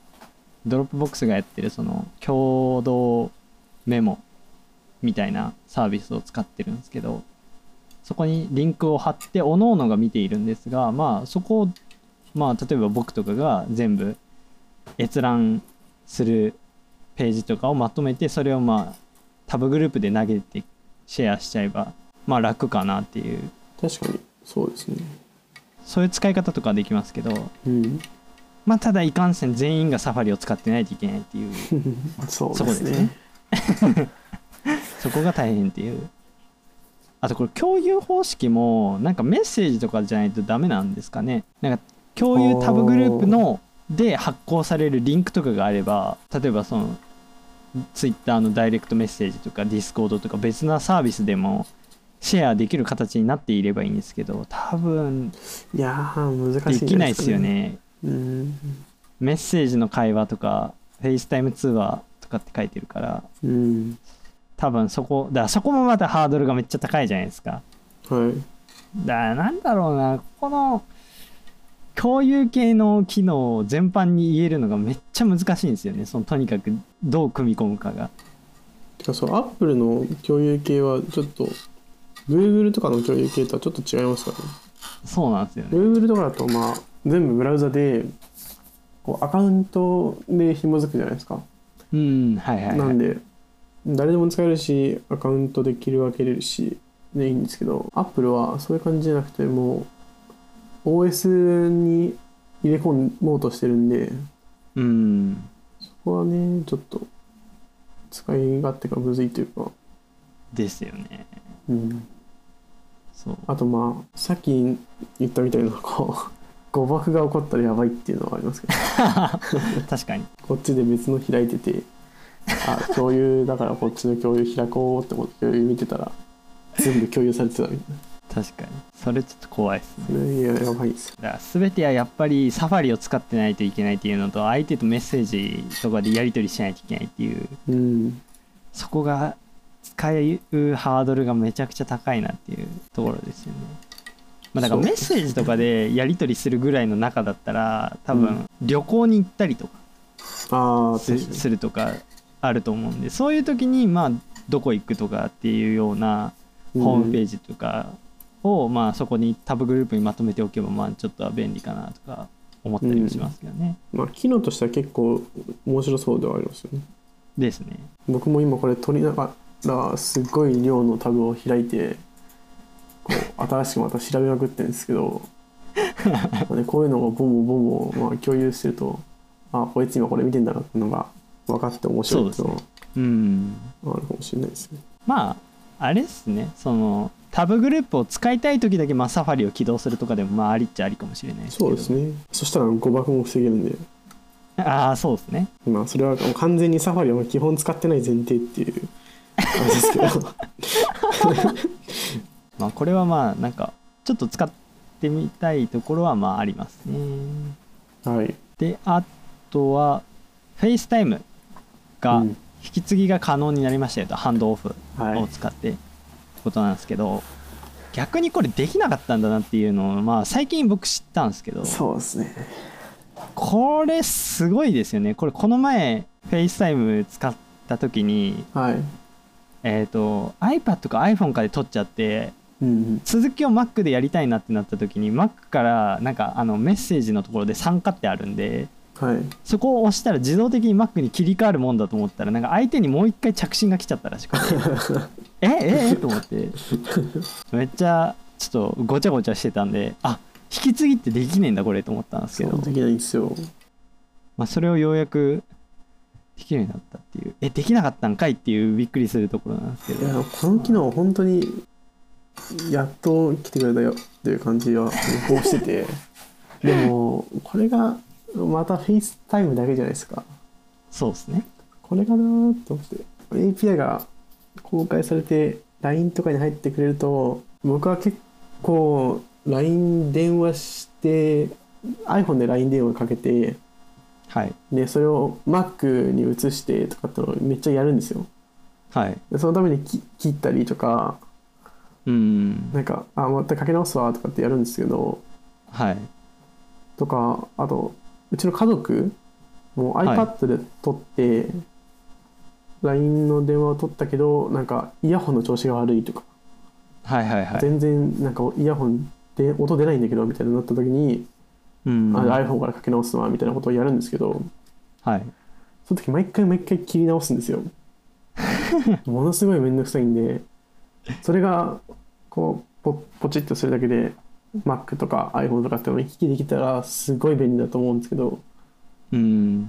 ドロップボックスがやってるその共同メモみたいなサービスを使ってるんですけど、そこにリンクを貼って各々が見ているんですが、まあそこをまあ例えば僕とかが全部閲覧するページとかをまとめて、それをまあタブグループで投げてシェアしちゃえばまあ楽かなっていう。 確かにそうですね。 そういう使い方とかできますけど、 うん、 まあただいかんせん全員がサファリを使ってないといけないっていうそうですね。 そこが大変っていう。あとこれ共有方式もなんかメッセージとかじゃないとダメなんですかね。なんか共有タブグループので発行されるリンクとかがあれば、例えばそのツイッターのダイレクトメッセージとかディスコードとか別なサービスでもシェアできる形になっていればいいんですけど、多分いやー難しいんですかね。 できないですよね。 うん、 メッセージの会話とかフェイスタイム通話とかって書いてるから、 うん、 多分そこだからそこもまたハードルがめっちゃ高いじゃないですか。 はい。 だからなんだろうな、この共有系の機能を全般に言えるのがめっちゃ難しいんですよね。そのとにかくどう組み込むかが。 てかそう、アップルの共有系はちょっと Google とかの共有系とはちょっと違いますからね。 そうなんですよね。 Google とかだとまあ全部ブラウザでこうアカウントで紐づくじゃないですか。 うんはいはい、はい、 なんで誰でも使えるしアカウントで切り分けれるしでいいんですけど、 Apple はそういう感じじゃなくてもう オーエス に入れ込もうとしてるんで、 うん、 そこはねちょっと使い勝手がむずいというかですよね。 うん、 そうあとまあさっき言ったみたいなこう誤爆が起こったらやばいっていうのはありますけど確かにこっちで別の開いてて、あ共有だからこっちの共有開こうって思って共有見てたら全部共有されてたみたいな。 確かにそれちょっと怖いですね。 それいややばいですよ。 だから全てはやっぱりサファリを使ってないといけないっていうのと、相手とメッセージとかでやり取りしないといけないっていう、 うん、 そこが使うハードルがめちゃくちゃ高いなっていうところですよね。まあ、だからメッセージとかでやり取りするぐらいの中だったら多分旅行に行ったりとかす、うん、するとかあると思うんで、そういう時にまあどこ行くとかっていうようなホームページとかをまあそこにタブグループにまとめておけばまあちょっとは便利かなとか思ったりもしますけどね、 うん、まあ機能としては結構面白そうではありますよね。 ですね。僕も今これ取りながらすごい量のタブを開いてこう新しくまた調べまくってるんですけどね、こういうのをボンボンボンボンまあ共有してると、あこいつ今これ見てんだなっていうのが分かって面白いっていうのはあるかもしれないですね。 まああれですね、そのタブグループを使いたい時だけまあサファリを起動するとかでもまあありっちゃありかもしれないですけど。 そうですね。そしたら誤爆も防げるんで。 ああそうですね。 まあそれは完全にサファリを基本使ってない前提っていう感じですけどまあこれはまあなんかちょっと使ってみたいところはまあありますね。 はい。 であとはフェイスタイムが引き継ぎが可能になりましたよと、ハンドオフを使って、はい、ってことなんですけど、逆にこれできなかったんだなっていうのをまあ最近僕知ったんですけど。 そうですね。 これすごいですよね。これこの前フェイスタイム使った時に、 はい、 えっと iPad か iPhone かで撮っちゃって、うんうん、続きを Mac でやりたいなってなった時に Mac からなんかあのメッセージのところで参加ってあるんで、 はい、 そこを押したら自動的に Mac に切り替わるもんだと思ったら、なんか相手にもう一回着信が来ちゃったらしくてえええと思ってめっちゃちょっとごちゃごちゃしてたんで、あ引き継ぎってできねえんだこれと思ったんですけど、 そうできないんですよ。 まあそれをようやくできるようになったっていう、えできなかったんかいっていうびっくりするところなんですけど、 いやこの機能本当にやっと来てくれたよっていう感じはこうしててでもこれがまたフェイスタイムだけじゃないですか。 そうですね。 これかなと思って エーピーアイ が公開されて ライン とかに入ってくれると、僕は結構 ライン 電話して iPhone で ライン 電話かけて、 はい、 でそれを Mac に移してとかってのをめっちゃやるんですよ。 はい、 でそのために切ったりとか、 うんなんかあまたかけ直すわとかってやるんですけど、 はい、 とかあとうちの家族もう iPad で撮って、はい、ライン の電話を取ったけどなんかイヤホンの調子が悪いとか、 はいはいはい、 全然なんかイヤホンで音出ないんだけどみたいになった時に、うん、あ iPhone からかけ直すのはみたいなことをやるんですけど、 はい、 その時毎回毎回切り直すんですよものすごいめんどくさいんで、それがこう ポ, ポチッとするだけで Mac とか iPhone とかってのを行き来できたらすごい便利だと思うんですけど、 うん、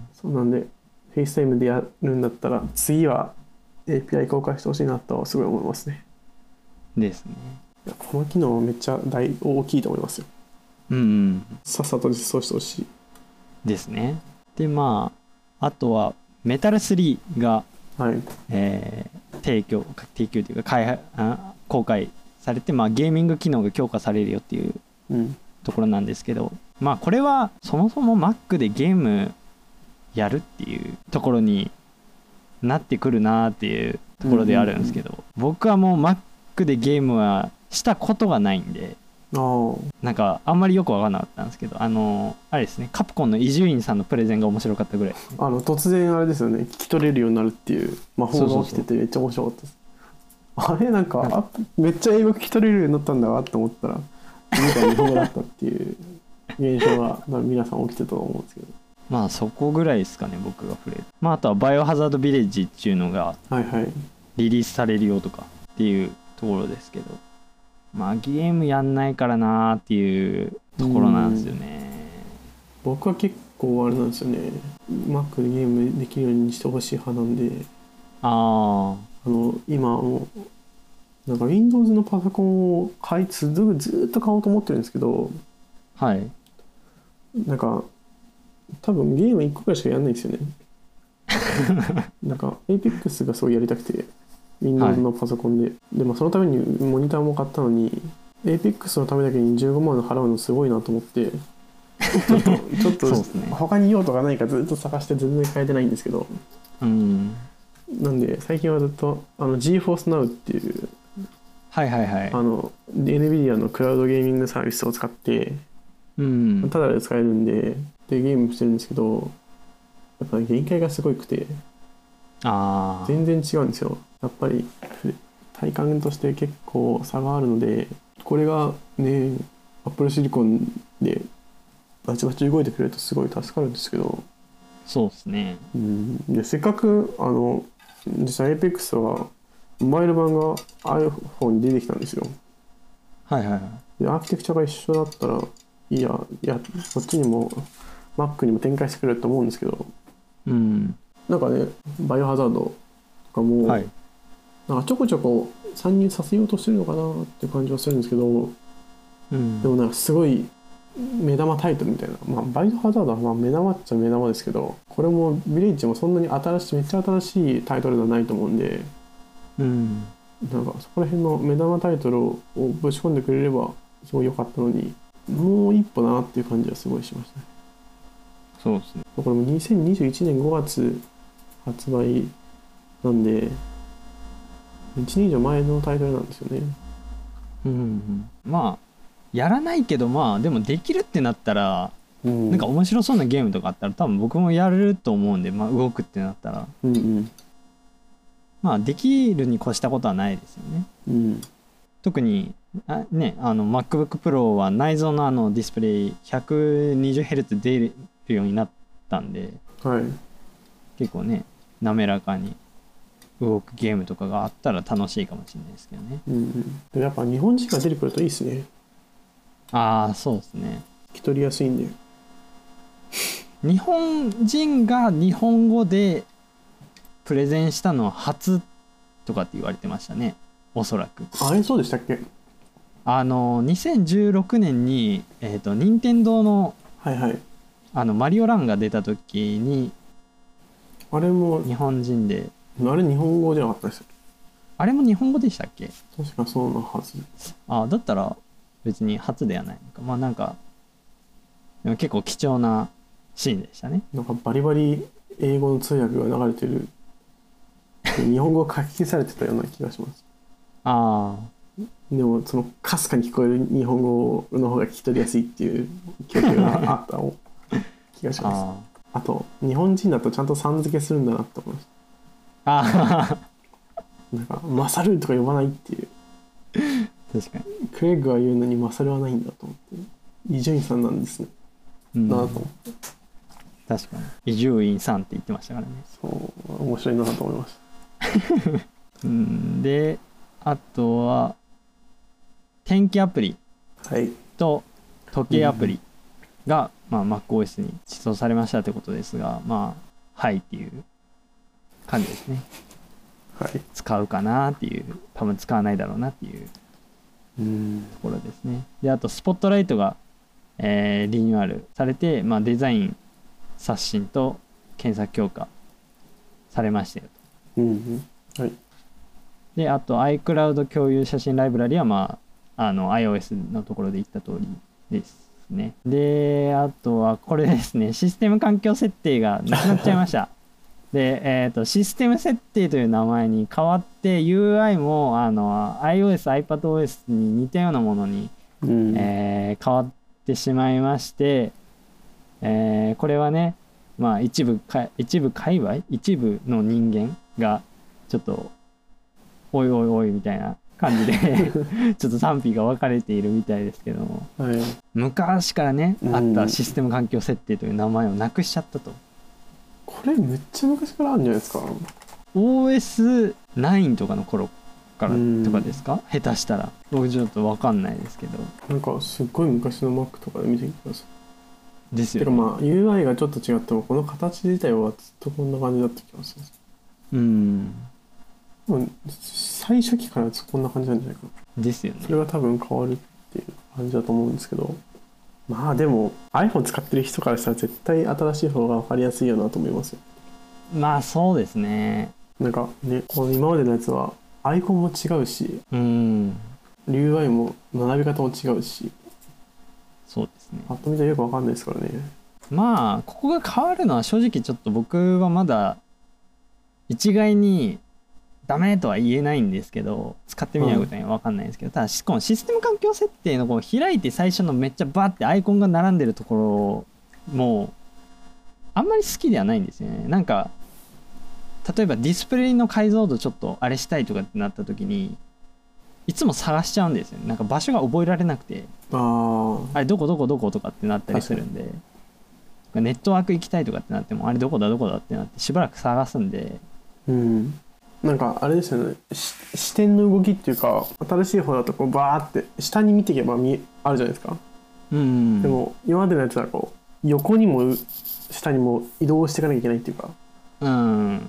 そうなんで FaceTime でやるんだったら次は エーピーアイ 公開してほしいなとはすごい思いますね。 ですね。 この機能めっちゃ大大きいと思いますよ。 うん、うん、 さっさと実装してほしいですね。でまああとはメタルスリーが、 はいえー、提供提供というか開発あ公開されて、まあ、ゲーミング機能が強化されるよっていうところなんですけど、うん、まあこれはそもそも Mac でゲームやるっていうところになってくるなっていうところであるんですけど、うんうんうん、僕はもう Mac でゲームはしたことがないんで、 あなんかあんまりよく分かんなかったんですけど、あのあれですね、カプコンの伊集院さんのプレゼンが面白かったぐらい、ね、 あの突然あれですよね、聞き取れるようになるっていう魔法が起きててめっちゃ面白かったです。あれなんかあめっちゃ英語聞き取れるようになったんだわと思ったらみたいに日本語だったっていう現象が皆さん起きてたと思うんですけど、 まあそこぐらいですかね僕が触れる。まああとはバイオハザードビレッジっていうのがリリースされるよとかっていうところですけど、まあゲームやんないからなーっていうところなんですよね。 僕は結構あれなんですよね、 Mac でゲームできるようにしてほしい派なんで、 ああの今もうなんか Windows のパソコンを買い続くずっと買おうと思ってるんですけど、 はい、 なんか多分ゲームいっこくらいしかやんないんですよねなんか Apex がすごいやりたくて Windows のパソコンで、はい、でもそのためにモニターも買ったのに Apex のためだけにじゅうごまん払うのすごいなと思ってちょっとちょっと他に用途がないかずっと探して全然変えてないんですけど、 うん、 なんで最近はずっとあの GeForce Now っていうはいはいはい、 あの エヌビディア のクラウドゲーミングサービスを使って、 うん、 ただで使えるんで、でゲームしてるんですけど、やっぱり限界がすごいくて、 あ全然違うんですよ。やっぱり体感として結構差があるので、これがね Apple Silicon でバチバチ動いてくれるとすごい助かるんですけど、 そうですね、 うん、でせっかくあの実際 Apex はモバイル版が iPhone に出てきたんですよ。 はいはいはい。 でアーキテクチャが一緒だったらいいや、いやこっちにも Mac にも展開してくれると思うんですけど、 うん、 なんかねバイオハザードとかも、はい、なんかちょこちょこ参入させようとしてるのかなっていう感じはするんですけど、うん、でもなんかすごい目玉タイトルみたいな、まあ、バイオハザードはまあ目玉っちゃ目玉ですけど、これもビレッジもそんなに新しいめっちゃ新しいタイトルではないと思うんで、 うん、 なんかそこら辺の目玉タイトルをぶち込んでくれればすごい良かったのに、もう一歩だなっていう感じはすごいしましたね。 そうですね。 これもにせんにじゅういちねんごがつ発売なんでいちねん以上前のタイトルなんですよね。 うん、うん、まあやらないけど、まあでもできるってなったら、うん、なんか面白そうなゲームとかあったら多分僕もやると思うんで、まあ動くってなったら、 うんうん、 まあできるに越したことはないですよね。 うん、 特にあ、ね、あの MacBook Pro は内蔵のあのディスプレイ ひゃくにじゅうヘルツ 出るようになったんで、 はい、 結構ね滑らかに動くゲームとかがあったら楽しいかもしれないですけどね。 うんうん、やっぱ日本人が出てくるといいですね。 ああそうですね。 聞き取りやすいんで。 日本人が日本語でプレゼンしたのは初とかって言われてましたね、おそらく。 あれそうでしたっけ？ あのにせんじゅうろくねんにえっと任天堂のはいはい、 あのマリオランが出た時にあれも日本人で、 あれ日本語じゃなかったですよ。 あれも日本語でしたっけ？ 確かそうなはず。 あだったら別に初ではないのか。まあなんかでも結構貴重なシーンでしたね。 なんかバリバリ英語の通訳が流れてる日本語が書き消されてたような気がします。 ああ。 でもそのかすかに聞こえる日本語の方が聞き取りやすいっていう記憶があった気がします。ああと日本人だとちゃんとさん付けするんだなって思いましあた。なんかマサルとか呼ばないっていう。 確かに。 クレッグは言うのにマサルはないんだと思って、伊集院さんなんですね、 うん、 なと思って。 確かに伊集院さんって言ってましたからね。 そう面白いなと思いました。 うん、であとは天気アプリと時計アプリが、まあ、MacOS に実装されましたということですが、まあはいっていう感じですね。 はい、 使うかなっていう、多分使わないだろうなっていうところですね。であとスポットライトが、えー、リニューアルされて、まあ、デザイン刷新と検索強化されましたよと。 うんうんはい、 であと iCloud 共有写真ライブラリは、まあ、あの iOS のところで言った通りですね。であとはこれですね、システム環境設定がなくなっちゃいましたで、えーと、システム設定という名前に変わって ユーアイ もあの iOS、iPadOS に似たようなものに、うんえー、変わってしまいまして、えー、これはね、まあ、一部か一部界隈一部の人間がちょっとおいおいおいみたいな感じでちょっと賛否が分かれているみたいですけども、はい、昔からね、うん、あったシステム環境設定という名前をなくしちゃったと。 これめっちゃ昔からあるんじゃないですか。 オーエスナイン とかの頃からとかですか、下手したら。僕ちょっと分かんないですけど、 なんかすっごい昔の Mac とかで見てきますですよね。 てかまあ ユーアイ がちょっと違ってもこの形自体はずっとこんな感じだった気がする。 うんもう最初期からこんな感じなんじゃないかな。 ですよね。 それが多分変わるっていう感じだと思うんですけど、まあでも iPhone 使ってる人からしたら絶対新しい方が分かりやすいよなと思いますよ。 まあそうですね。 なんかね、この今までのやつはアイコンも違うし、 うん、 ユーアイ も学び方も違うし、 そうですね。 パッと見たらよく分かんないですからね。 まあここが変わるのは正直ちょっと僕はまだ一概にダメとは言えないんですけど、使ってみないことには分かんないんですけど、うん、ただこのシステム環境設定のこう開いて最初のめっちゃバーってアイコンが並んでるところもあんまり好きではないんですよね。なんか例えばディスプレイの解像度ちょっとあれしたいとかってなった時にいつも探しちゃうんですよね。なんか場所が覚えられなくて、ああれどこどこどことかってなったりするんで、ネットワーク行きたいとかってなってもあれどこだどこだってなってしばらく探すんで、 うん、なんかあれですよね、視点の動きっていうか新しい方だとこうバーって下に見ていけば見あるじゃないですか、うんうん、でも今までのやつはこう横にも下にも移動していかなきゃいけないっていうか、うん、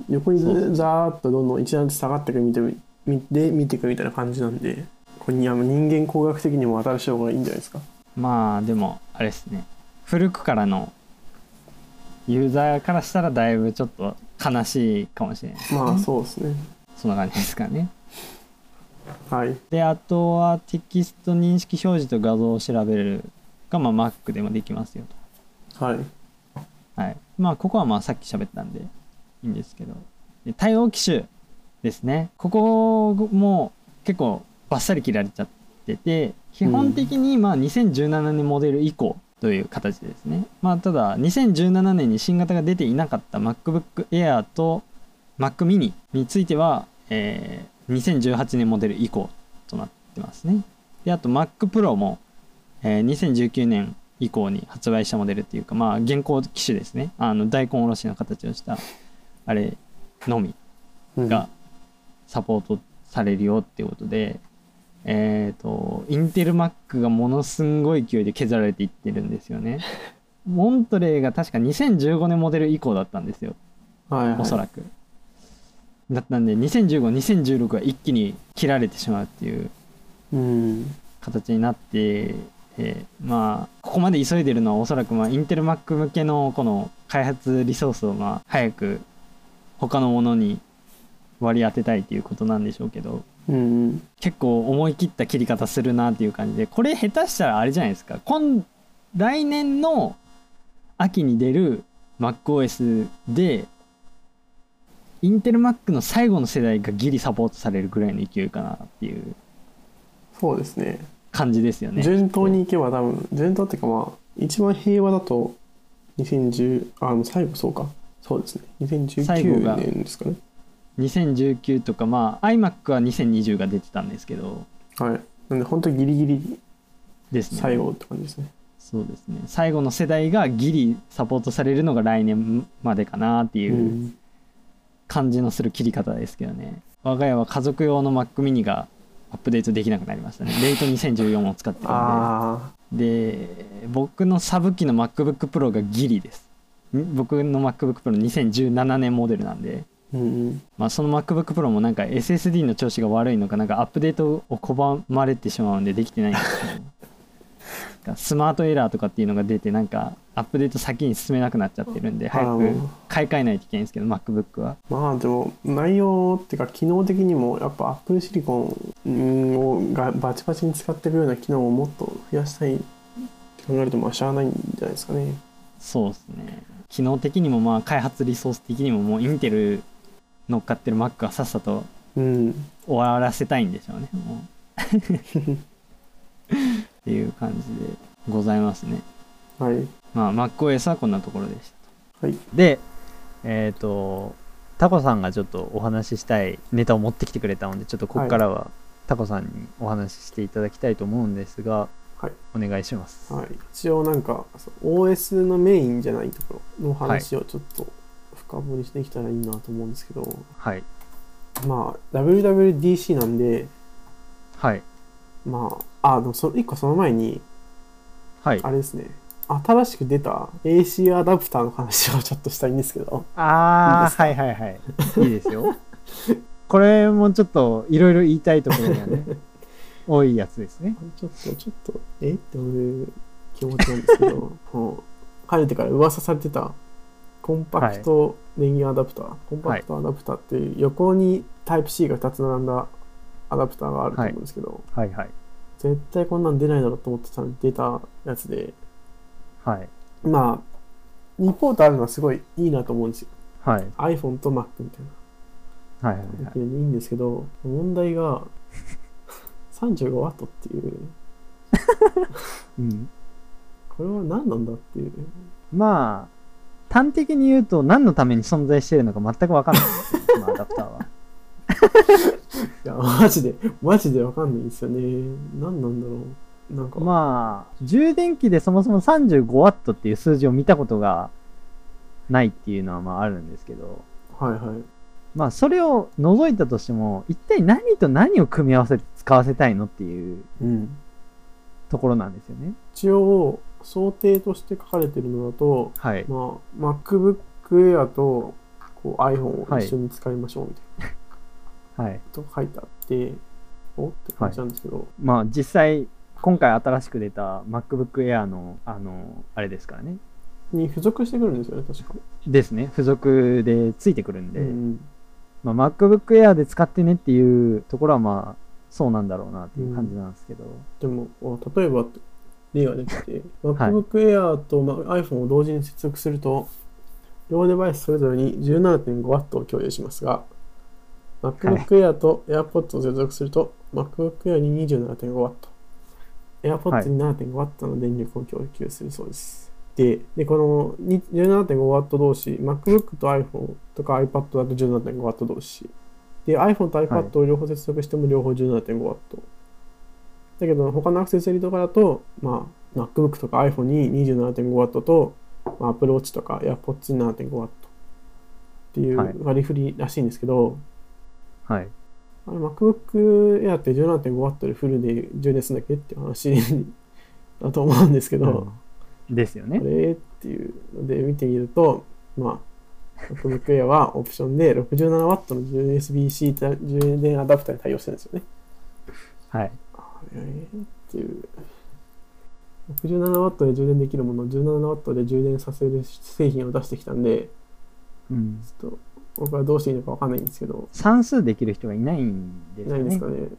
横にザーッとどんどん一段ずつ下がっていく見て見て見ていくみたいな感じなんで、これに人間工学的にも新しい方がいいんじゃないですか。 まあでもあれですね、古くからのユーザーからしたらだいぶちょっと悲しいかもしれないですね。 まあそうですね。 そんな感じですかね。 はい。 であとはテキスト認識表示と画像を調べるが、まあ、Mac でもできますよと。はい。 はい。まあここはまあさっき喋ったんでいいんですけど、で対応機種ですね。ここも結構バッサリ切られちゃってて、基本的にまあにせんじゅうななねんモデル以降という形ですね。まあただにせんじゅうななねんに新型が出ていなかった MacBook Air と Mac mini については、えー、にせんじゅうはちねんモデル以降となってますね。であと Mac Pro も、えー、にせんじゅうきゅうねん以降に発売したモデルっていうか、まあ現行機種ですね。あの大根おろしの形をしたあれのみがサポートされるよっていうことで、うん、えっとインテル Mac がものすんごい勢いで削られていってるんですよね。モントレーが確かにせんじゅうごねんモデル以降だったんですよ、はいはい、おそらくだったんでにせんじゅうご、にせんじゅうろくが一気に切られてしまうっていう形になって、えー、まあここまで急いでるのはおそらくまあインテル Mac 向けのこの開発リソースをまあ早く他のものに割り当てたいっていうことなんでしょうけど、うん、結構思い切った切り方するなっていう感じで、これ下手したらあれじゃないですか、今来年の秋に出る MacOS でインテル Mac の最後の世代がギリサポートされるぐらいの勢いかなっていうそうですね感じですよね。 順当にいけば多分順当っていうかまあ一番平和だとにせんじゅう、あ、もう最後そうか。そうですね。にせんじゅうきゅうねんですかね。 にせんじゅうきゅうとか、まあ iMac はにせんにじゅうが出てたんですけど、 はい。なんで本当にギリギリですね。 最後って感じですね。 そうですね。最後の世代がギリサポートされるのが来年までかなっていう感じのする切り方ですけどね。我が家は家族用の Mac mini がアップデートできなくなりましたね。レイトにせんじゅうよんを使ってるんで。 あで、僕のサブ機の MacBook Pro がギリです。僕の MacBook Pro にせんじゅうななねんモデルなんで、 うんうん、 まあ、その MacBook Pro もなんか エスエスディー の調子が悪いのか、なんかアップデートを拒まれてしまうんでできてないんですけどスマートエラーとかっていうのが出て、なんかアップデート先に進めなくなっちゃってるんで、早く買い替えないといけないんですけど MacBook は。 まあでも内容っていうか機能的にもやっぱ Apple シリコンをがバチバチに使っていくような機能をもっと増やしたいって考えると、まあしゃあないんじゃないですかね。 そうですね。機能的にもまあ開発リソース的にももうインテル乗っかってる Mac はさっさと終わらせたいんでしょうね、もうっていう感じでございますね。 はい。 まあ MacOS はこんなところでした。 はい。 で、えっ、ー、とタコさんがちょっとお話ししたいネタを持ってきてくれたので、ちょっとここからはタコさんにお話ししていただきたいと思うんですが、はい、お願いします。 はい。一応なんか オーエス のメインじゃないところの話をちょっと深掘りしてきたらいいなと思うんですけど、 はい。 まあ ダブリューダブリューディーシー なんで、 はい。 まああでもそいっこその前に、 はい、 あれですね。新しく出た エーシー アダプターの話をちょっとしたいんですけど。 ああ、はいはいはい。いいですよ。これもちょっといろいろ言いたいところがね、多いやつですね。 ちょっと、ちょっと、えっていう気持ちなんですけど、もう、かねてから噂されてたコンパクト電源アダプター、はい、コンパクトアダプターっていう横にタイプ C がふたつ並んだアダプターがあると思うんですけど、 はいはいはい、 絶対こんなん出ないだろうと思ってたのに出たやつで、 はい、 まあにポートあるのはすごいいいなと思うんですよ、 はい、 iPhone と Mac みたいな、はいはいはい、 いいんですけど、問題がさんじゅうごワット っていう、うん、これは何なんだっていう。 まあ端的に言うと何のために存在しているのか全く分かんないですよ、このアダプターは。 いやマジでマジで分かんないんですよね。何なんだろう。なんかまあ充電器でそもそも さんじゅうごワット っていう数字を見たことがないっていうのはまああるんですけど、 はいはい。 まあそれを除いたとしても一体何と何を組み合わせて使わせたいのっていうところなんですよね。 一応想定として書かれてるのだと、 はい、 まあ MacBook Air とこう iPhone を一緒に使いましょうみたいな、はい、と書いてあっておって感じなんですけど、はい、 まあ実際今回新しく出た MacBook Air のあのあれですからねに付属してくるんですよね、確かですね。付属でついてくるんで、 うんまあ、MacBook Air で使ってねっていうところはまあそうなんだろうなっていう感じなんですけど、 うん、でも例えば例が出てて、はい、MacBook Air と iPhone を同時に接続すると両デバイスそれぞれに じゅうななてんごワット を共有しますが、MacBook Air と AirPods を接続すると、はい、MacBook Air に にじゅうななてんごワット、AirPods に ななてんごワット の電力を供給するそうです。で、でこの じゅうななてんごワット 同士、MacBook と iPhone とか iPad だと じゅうななてんごワット 同士。で、iPhone と iPad を両方接続しても両方 じゅうななてんごワット。だけど、他のアクセサリーとかだと、まあ、MacBook とか iPhone に にじゅうななてんごワット と、まあ、Apple Watch とか AirPods に ななてんごワット っていう割り振りらしいんですけど、 はい。 あれ MacBook Air って じゅうななてんごワット でフルで充電するんだっけっていう話だと思うんですけど、 うん、ですよね。 これっていうので見てみると、まあ、MacBook Air はオプションで ろくじゅうななワット の ユーエスビーシー 充電アダプターに対応してるんですよね。 はい。 えー、っていう。ろくじゅうななワット で充電できるものを じゅうななワット で充電させる製品を出してきたんで、 うん、 ちょっと僕はどうしていいのか分かんないんですけど。 算数できる人がいないんですよね。 いないんですかね。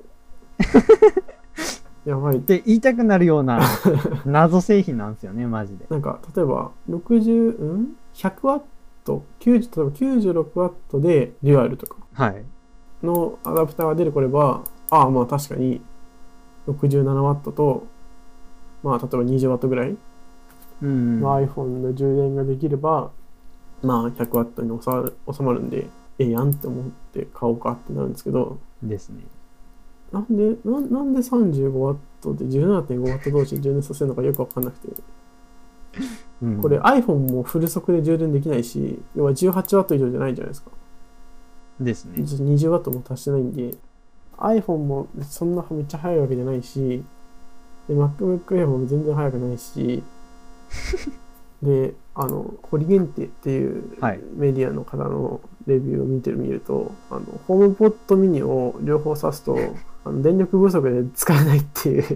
やばいって言いたくなるような謎製品なんですよね、マジで。 なんか例えばろくじゅう、うん、ひゃくワット、きゅうじゅう、例えばきゅうじゅうろくワットでデュアルとかのアダプターが出てこれば、はい、ああまあ確かにろくじゅうななワットと、まあ例えばにじゅうワットぐらいうん、 まあ、iPhone の充電ができればまあ ひゃくワット に収まる、収まるんでええやんって思って買おうかってなるんですけど、 ですね。 なんでななんで さんじゅうごワット で じゅうななてんごワット 同士で充電させるのかよく分かんなくて、 うん、 これ iPhone もフル速で充電できないし、要は じゅうはちワット 以上じゃないじゃないですか。 ですね。 にじゅうワット も達してないんで、iPhone もそんなめっちゃ速いわけじゃないし、で MacBook Air も全然速くないしで、あのホリゲンテっていうメディアの方のレビューを見てみると、あのホームポットミニを両方挿すとあの電力不足で使えないっていう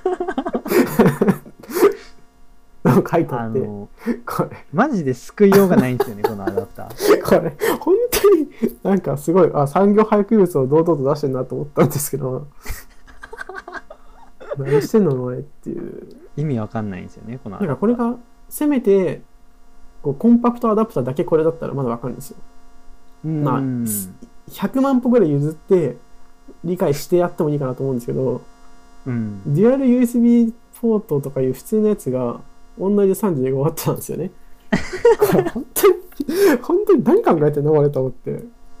のを書いてあって、これマジで救いようがないんですよねこのアダプター。 これ本当になんかすごい、あ、産業廃棄物を堂々と出してるなと思ったんですけど何してんのお前っていう、 意味わかんないんですよねこのアなんダプター。 かこれがせめてこうコンパクトアダプターだけこれだったらまだわかるんですよ。まあひゃくまん歩ぐらい譲って理解してやってもいいかなと思うんですけど、 うん、 デュアル ユーエスビー ポートとかいう普通のやつが同じ さんじゅうごワット なんですよねこれ本当に本当に何考えてんの俺と思って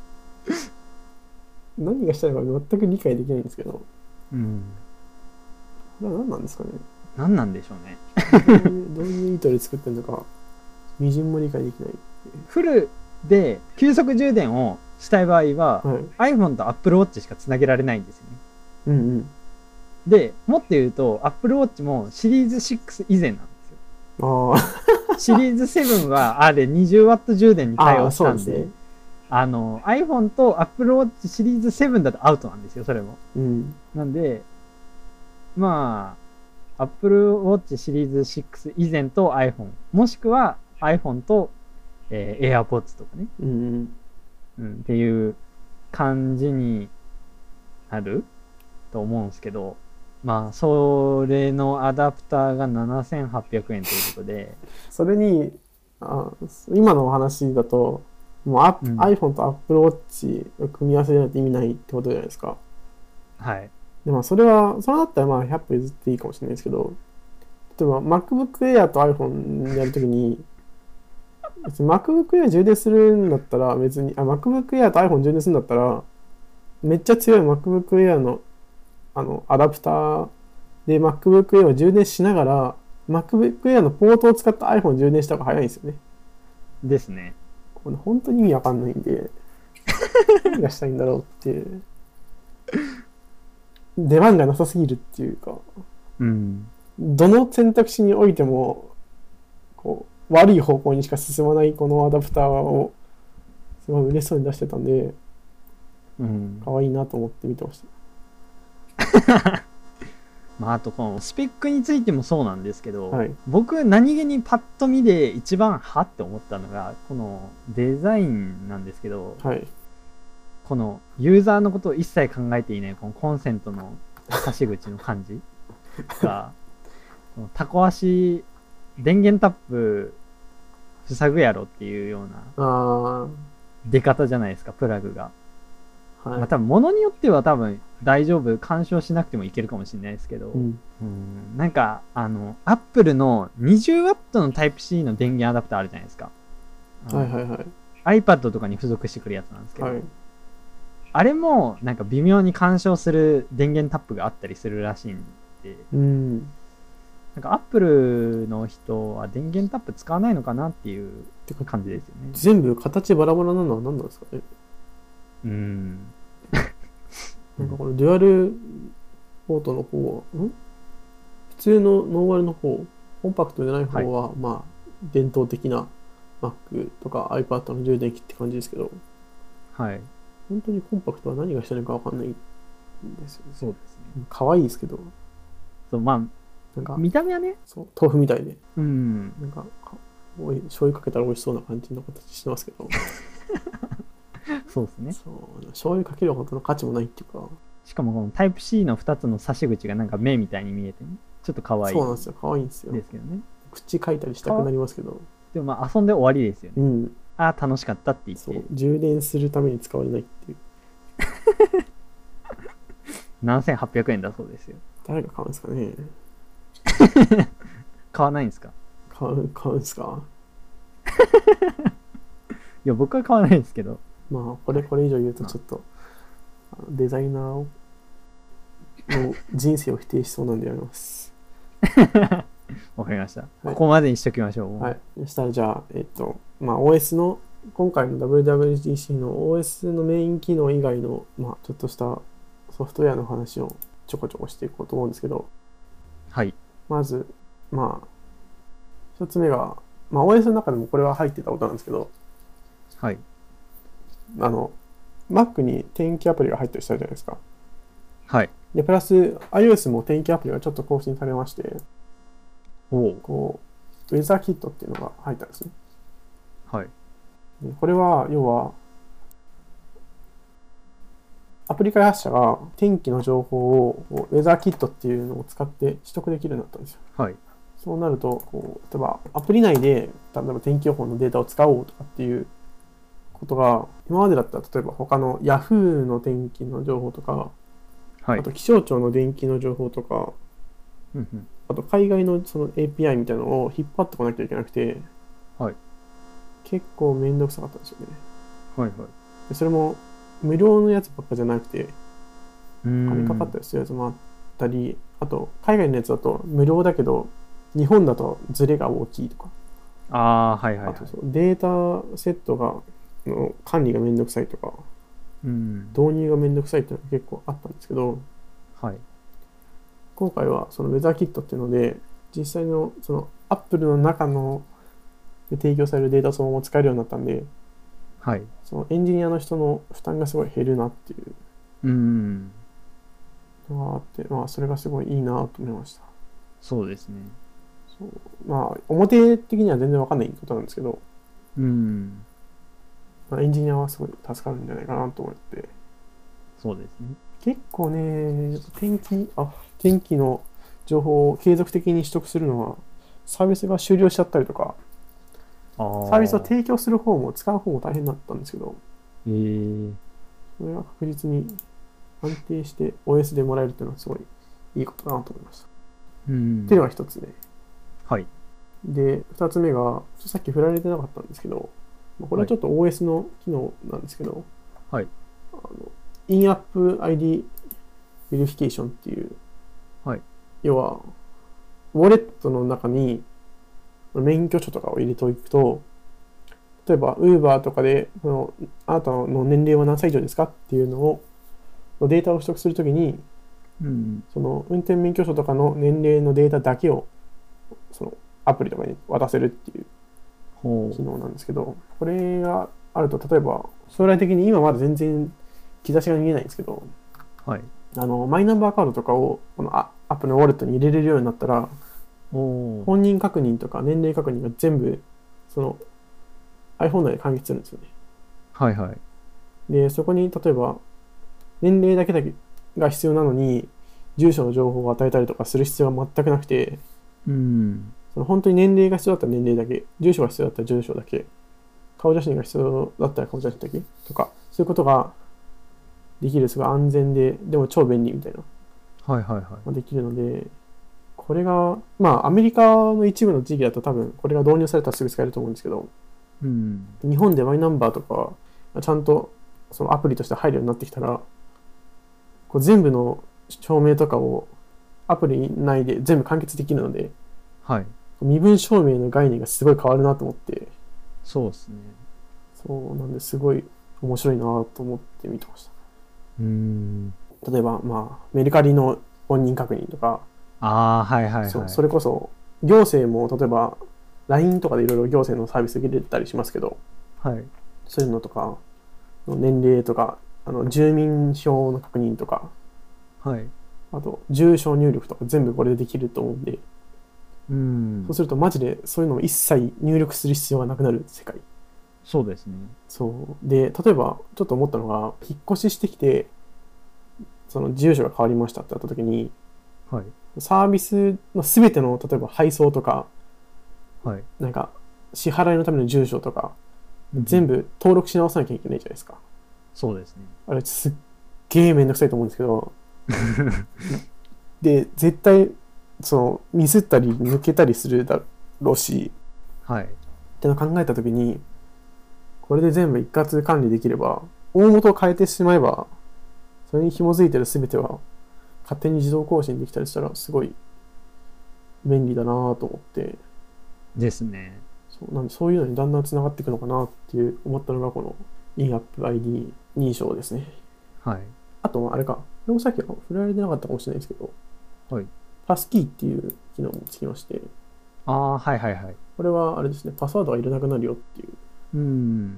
何がしたいのか全く理解できないんですけど、 うん、 これは何なんですかね。 何なんでしょうねどういう、どういう意図で作ってるのかみじんも理解できない。 フルで急速充電をしたい場合は、はい、iPhone と Apple Watch しかつなげられないんですよね。 うんうん、 でもっと言うと Apple Watch もシリーズシックス以前なんですよ。あシリーズセブンはあれ にじゅうワット 充電に対応したん で, あで、ね、あの iPhone と Apple Watch シリーズセブンだとアウトなんですよそれも、うん、なんでまあ Apple Watch シリーズシックス以前と iPhone もしくは iPhone と、えー、AirPods とかね、うんうんうん、っていう感じになると思うんですけど、まあそれのアダプターがななせんはっぴゃくえんということで、 それにあ今のお話だともう、うん、iPhone と Apple Watch を組み合わせないと意味ないってことじゃないですか。 はい。 でまあそれはそれだったらまあひゃっぽ譲っていいかもしれないですけど、例えば MacBook Air と iPhone やるときに別に MacBook Air 充電するんだったら別にあ MacBook Air と iPhone 充電するんだったらめっちゃ強い MacBook Air のあのアダプターで MacBook Air を充電しながら MacBook Air のポートを使った iPhone を充電した方が早いんですよね。 ですね。 これ本当に意味わかんないんで何がしたいんだろうっていう出番がなさすぎるっていうか、うん、どの選択肢においてもこう悪い方向にしか進まないこのアダプターをすごい嬉しそうに出してたんで、うん、かわいいなと思って見てました。 まああとこのスペックについてもそうなんですけど、はい、僕何気にパッと見で一番はって思ったのがこのデザインなんですけど、はい、このユーザーのことを一切考えていないこのコンセントの差し口の感じがこのタコ足電源タップ塞ぐやろっていうような出方じゃないですかプラグが。はい、まあ多分物によっては多分大丈夫干渉しなくてもいけるかもしれないですけど、うん、うんなんかあのアップルの にじゅうワット のタイプ C の電源アダプターあるじゃないですか。 はいはいはい。 iPad とかに付属してくるやつなんですけど、はい、あれもなんか微妙に干渉する電源タップがあったりするらしいんで、うん、なんかアップルの人は電源タップ使わないのかなっていう感じですよね。 全部形バラバラなのは何なんですかね。うんなんかこのデュアルポートの方は、ん普通のノーマルの方、コンパクトじゃない方は、はい、まあ伝統的な Mac とか iPad の充電器って感じですけど、 はい。 本当にコンパクトは何がしたいのか分かんないんですよね。 そうですね。 可愛いですけど、 そうまあなんか見た目はね、 そう豆腐みたいで、 うん、 なんかおい醤油かけたら美味しそうな感じの形してますけど。 そうですね。 そう醤油かけるほどの価値もないっていうか。 しかもこのタイプ C のふたつの差し口がなんか目みたいに見えて、ね、ちょっと可愛い。 そうなんですよ。可愛いんですよ。 ですけどね。 口書いたりしたくなりますけど。 でもまあ遊んで終わりですよね。うん、ああ楽しかったって言って。そう充電するために使われないっていう。 ななせんはっぴゃくえんだそうですよ。 誰が買うんですかね。 買わないんですか。 買う買うんですか？ いや僕は買わないですけど。 まあこれこれ以上言うとちょっとデザイナーの人生を否定しそうなんでやります。 わかりました、はい、 ここまでにしときましょう。 はい。そしたらじゃあえっとまあ オーエス の今回の ダブリューダブリューディーシー の オーエス のメイン機能以外のまあちょっとしたソフトウェアの話をちょこちょこしていこうと思うんですけど、 はい。 まずまあ一つ目が、まあ、オーエス の中でもこれは入ってたことなんですけど、 はい。 あの Mac に天気アプリが入ったりしたじゃないですか。 はい。 でプラス iOS も天気アプリがちょっと更新されまして、 おこうウェザーキットっていうのが入ったんですね。 はい。 でこれは要はアプリ開発者が天気の情報をウェザーキットっていうのを使って取得できるようになったんですよ。 はい。 そうなるとこう例えばアプリ内で例えば天気予報のデータを使おうとかっていうことが今までだったら例えば他の Yahoo の天気の情報とか、 はい、 あと気象庁の電気の情報とか、 うんうん、 あと海外のその エーピーアイ みたいなのを引っ張ってこなきゃいけなくて、 はい、 結構めんどくさかったんですよね。 はいはい、 でそれも無料のやつばっかじゃなくてうーん金かかったりするやつもあったり、あと海外のやつだと無料だけど日本だとズレが大きいとか、 あーはいはいはい、 あとそうデータセットがの管理がめんどくさいとか、 うん、 導入がめんどくさいっていうのが結構あったんですけど、 はい、 今回はそのウェザーキットっていうので実際のその Apple の中ので提供されるデータそのまま使えるようになったんで、 はい、 そのエンジニアの人の負担がすごい減るなっていううんのがあって、まあそれがすごいいいなと思いました。 そうですね。 そうまあ表的には全然わかんないことなんですけど、 うんまあ、エンジニアはすごい助かるんじゃないかなと思って。 そうですね。 結構ね、天気、あ、天気の情報を継続的に取得するのはサービスが終了しちゃったりとか、 あーサービスを提供する方も使う方も大変だったんですけど、 えー、 それが確実に安定して オーエス でもらえるっていうのはすごいいいことだなと思いました。 うん、 っていうのが一つね。 はい。 で、二つ目が、さっき振られてなかったんですけど、これはちょっと オーエス の機能なんですけど、 はい。 あのインアップ アイディー ベリフィケーションっていう、 はい、 要は、ウォレットの中に免許証とかを入れておくと、例えば Uber とかでそのあなたの年齢は何歳以上ですかっていうのをのデータを取得するときに、 うん、 その運転免許証とかの年齢のデータだけをそのアプリとかに渡せるっていう機能なんですけど、これがあると例えば将来的に今まだ全然兆しが見えないんですけど、 はい、 あのマイナンバーカードとかをこのアップのウォレットに入れれるようになったら、本人確認とか年齢確認が全部その iPhone 内で完結するんですよね。 はいはい。 で、そこに例えば年齢だけだけが必要なのに住所の情報を与えたりとかする必要が全くなくて、 うん、 その本当に年齢が必要だったら年齢だけ、住所が必要だったら住所だけ、顔写真が必要だったら顔写真だけとか、そういうことができる、すごい安全で、でも超便利みたいな、 はいはいはい、 できるので、これが、まあアメリカの一部の地域だと多分これが導入されたらすぐ使えると思うんですけど、 うん、 日本でマイナンバーとかちゃんとそのアプリとして入るようになってきたら、こう全部の証明とかをアプリ内で全部完結できるので、 はい、 身分証明の概念がすごい変わるなと思って、 そうですね。 そうなんですごい面白いなと思って見てました。 うーん、 例えばまあメルカリの本人確認とか、 ああはいはいはい、 そうそれこそ行政も例えば ライン とかでいろいろ行政のサービス入れたりしますけど、 はい、 そういうのとか年齢とかあの住民票の確認とか、 はい、 あと住所入力とか全部これでできると思うんで、 うん、 そうするとマジでそういうのを一切入力する必要がなくなる世界。 そうですね。 そうで、例えばちょっと思ったのが、引っ越ししてきてその住所が変わりましたってなった時に、 はい、 サービスの全ての例えば配送とか、 はい、 なんか支払いのための住所とか、うん、全部登録し直さなきゃいけないじゃないですか。 そうですね。 あれすっげえめんどくさいと思うんですけどで絶対そのミスったり抜けたりするだろし、 はい。 ってのを考えたときに、これで全部一括管理できれば、大元を変えてしまえば、それに紐づいてるすべては勝手に自動更新できたりしたらすごい便利だなと思って。 ですね。 そうなんでそういうのにだんだんつながっていくのかなっていう思ったのがこの インアップアイディー 認証ですね。 はい。 あとあれか、これもさっきは触れられてなかったかもしれないですけど、 はい。 パスキーっていう機能もつきまして、 ああ、はいはいはい。 これはあれですね、パスワードがいらなくなるよっていううん。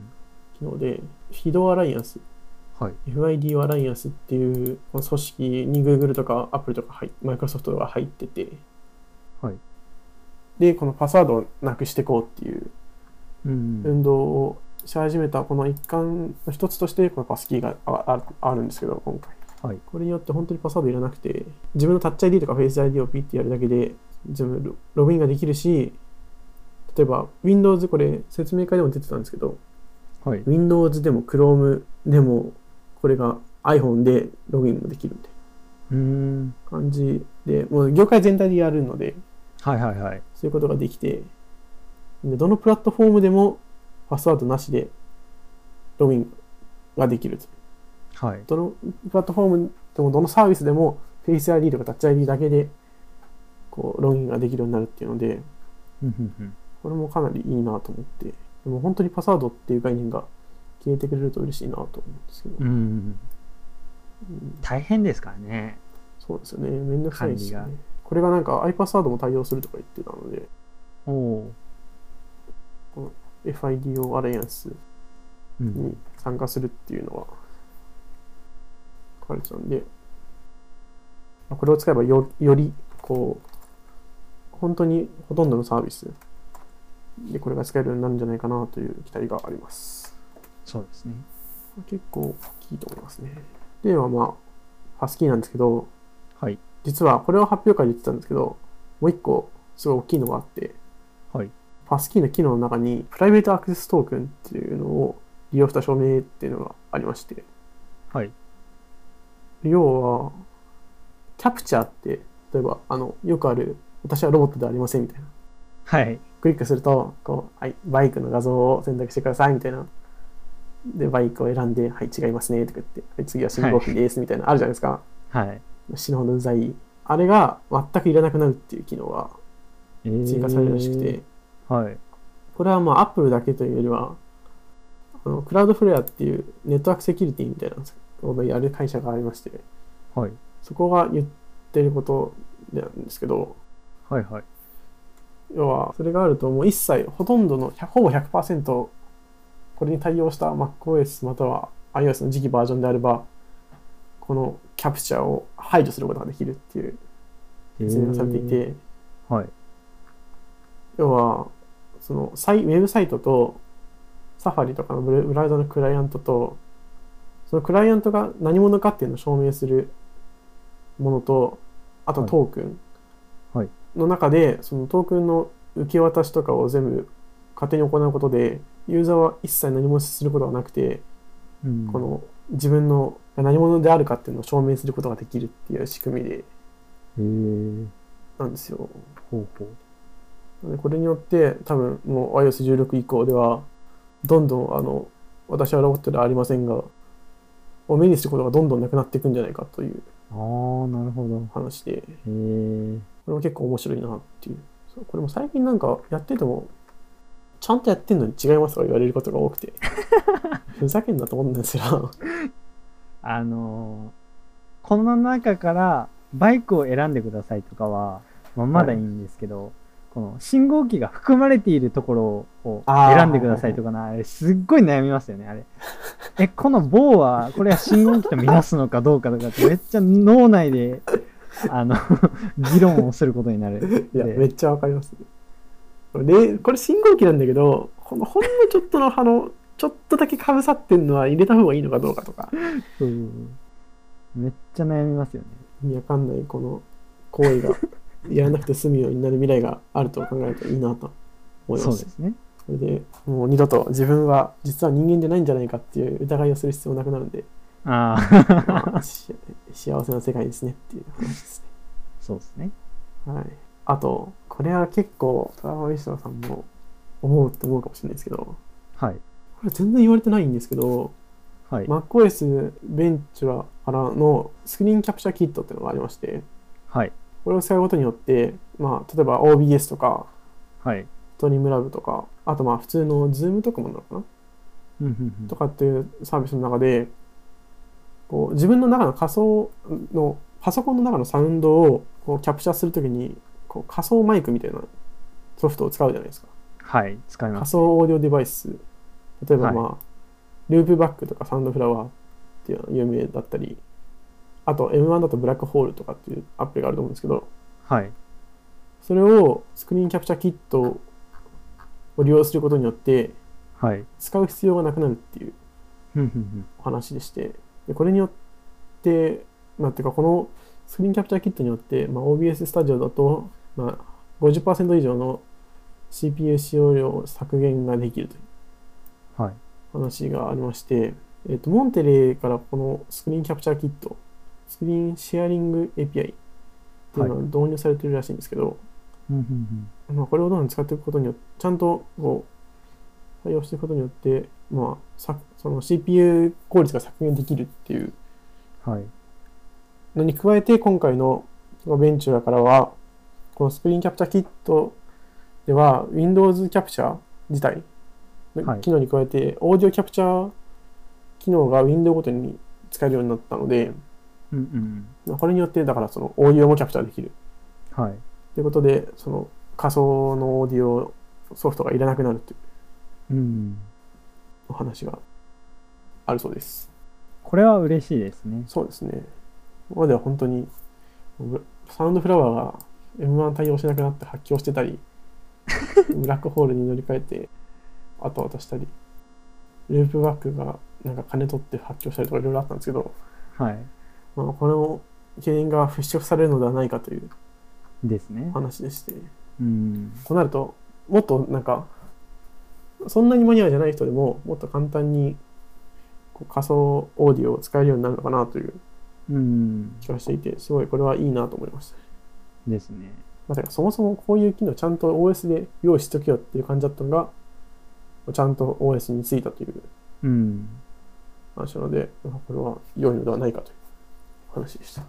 機能で、フィドアライアンス、 はい。 エフアイディー アライアンスっていうこの組織に Google とか Apple とか入 Microsoft が入ってて、 はい。 で、このパスワードをなくしていこうっていううん。 運動をし始めたこの一環の一つとしてこのパスキーがああるんですけど、今回。 はい。 これによって本当にパスワードいらなくて、自分のタッチ アイディー とかフェイス アイディー をピッてやるだけで全部ログインができるし、例えば Windows、これ説明会でも出てたんですけど、 はい。 Windows でも Chrome でもこれが iPhone でログインもできるみたいうん。 な感じで、もう業界全体でやるので、 はいはいはい。 そういうことができて、でどのプラットフォームでもパスワードなしでログインができる。 はい。 どのプラットフォームでもどのサービスでも Face アイディー とか Touch アイディー だけでこうログインができるようになるっていうので、 うんうんうん。 これもかなりいいなと思って、でも本当にパスワードっていう概念が消えてくれると嬉しいなと思うんですけど、 うん。 うん大変ですからね。 そうですよね。めんどくさいですよ管ね。これがなんか iPassword も対応するとか言ってたので、 おお。 この エフアイディーオー アライアンスうん。 に参加するっていうのは書かれてたんで、これを使えばよよりこう本当にほとんどのサービスでこれが使えるようになるんじゃないかなという期待があります。 そうですね。 結構大きいと思いますね。ではまあパスキーなんですけど、 はい。 実はこれを発表会で言ってたんですけど、もう一個すごい大きいのがあって、 はい。 パスキーの機能の中にプライベートアクセストークンっていうのを利用した証明っていうのがありまして、 はい。 要はキャプチャーって例えばあのよくある私はロボットではありませんみたいな、 はい。 クリックするとこう、はい、バイクの画像を選択してくださいみたいなでバイクを選んではい違いますねとか言って、はい、次は信号機ですみたいな、はい、あるじゃないですか。 はい。 死ぬほどうざいあれが全くいらなくなるっていう機能が追加されるらしくて、 えー、はい。 これはまあ Apple だけというよりはあのクラウドフレアっていうネットワークセキュリティみたいなのをやる会社がありまして、 はい。 そこが言ってることなんですけど、 はいはい。 要はそれがあるともう一切ほとんどのほぼ ひゃくパーセント これに対応した MacOS または iOS の次期バージョンであればこのキャプチャーを排除することができるっていう説明がされていて、 えー、はい。 要はそのサイウェブサイトとサファリとかのブラウザのクライアントとそのクライアントが何者かっていうのを証明するものとあとトークンの中でそのトークンの受け渡しとかを全部勝手に行うことでユーザーは一切何もすることがなくて、 うん、 この自分の何者であるかっていうのを証明することができるっていう仕組みでなんですよ。 ほうほうでこれによって多分もう アイオーエスじゅうろく 以降ではどんどんあの私はロボットではありませんがを目にすることがどんどんなくなっていくんじゃないかという話で、 へー、 これも結構面白いなっていう。これも最近なんかやっててもちゃんとやってんのに違いますとか言われることが多くてふざけんなと思うんですよあのこの中からバイクを選んでくださいとかは、まあ、まだいいんですけど、はい、この信号機が含まれているところを選んでくださいとかな、あれすっごい悩みますよね。あれえこの棒はこれは信号機と見なすのかどうかとかってめっちゃ脳内であの議論をすることになる。 いやめっちゃわかりますね。でこれ信号機なんだけどこのほんのちょっとの葉のちょっとだけかぶさってんのは入れた方がいいのかどうかとかそうめっちゃ悩みますよね。 意味わかんないこの行為がやらなくて済むようになる未来があると考えるといいなと思います。 そうですね。 それでもう二度と自分は実は人間じゃないんじゃないかっていう疑いをする必要なくなるんで、 あ、 まあ、幸せな世界ですねっていう話ですね。 そうですね。 はい。あとここれは結構トラバミストさんも思うって思うかもしれないですけど、 はい。 これ全然言われてないんですけど、 はい。 MacOS ベンチュラからのスクリーンキャプチャーキットっていうのがありまして、 はい。 これを使うことによって、まあ、例えば オービーエス とか、 はい。 ストリームラブとか、あとまあ普通の Zoom とかもなのかな、 うんうんうんとかっていうサービスの中で、こう自分の中の仮想のパソコンの中のサウンドをこうキャプチャーするときにこう仮想マイクみたいなソフトを使うじゃないですか。 はい。使いま仮す。 想オーディオデバイス。例えば、 はいまあ、ループバックとかサウンドフラワーっていうのが有名だったり、あと エムワン だとブラックホールとかっていうアプリがあると思うんですけど、 はい。 それをスクリーンキャプチャーキットを利用することによってはい。 使う必要がなくなるっていううんうんうんお話でして、でこれによって、まあ、てかこのスクリーンキャプチャーキットによって、まあ、オービーエス スタジオだと、まあ、ごじゅっパーセント以上の シーピーユー 使用量削減ができるというはい。 話がありまして、えっと、モンテレーからこのスクリーンキャプチャーキット、スクリーンシェアリング エーピーアイ っていうのが導入されているらしいんですけど、 うんうんうんまあ、これをどんどん使っていくことによって、ちゃんとこう対応していくことによって、まあ、さその シーピーユー 効率が削減できるっていうはい。 のに加えて、今回のベンチュラからは、このスクリーンキャプチャーキットでは、Windows キャプチャー自体の機能に加えて、オーディオキャプチャー機能が Windows ごとに使えるようになったので、 うんうんこれによって、だからそのオーディオもキャプチャーできる。 はい。 ということで、その仮想のオーディオソフトがいらなくなるといううん。 お話があるそうです。 これは嬉しいですね。 そうですね。今までは本当にサウンドフラワーが エムワン 対応しなくなって発狂してたり、ブラックホールに乗り換えてあたあたしたり、ループバックがなんか金取って発狂したりとかいろいろあったんですけど、 はい。 まあ、この懸念が払拭されるのではないかというですね。 話でして、 うん。 こうなるともっとなんかそんなにマニアじゃない人でももっと簡単にこう仮想オーディオを使えるようになるのかなといううん。 気がしていて、すごいこれはいいなと思いました。 ですね。 まあ、だからそもそもこういう機能ちゃんと オーエス で用意しとけよっていう感じだったのが、ちゃんと オーエス についたといううん。 話なので、まあこれは良いのではないかという話でした。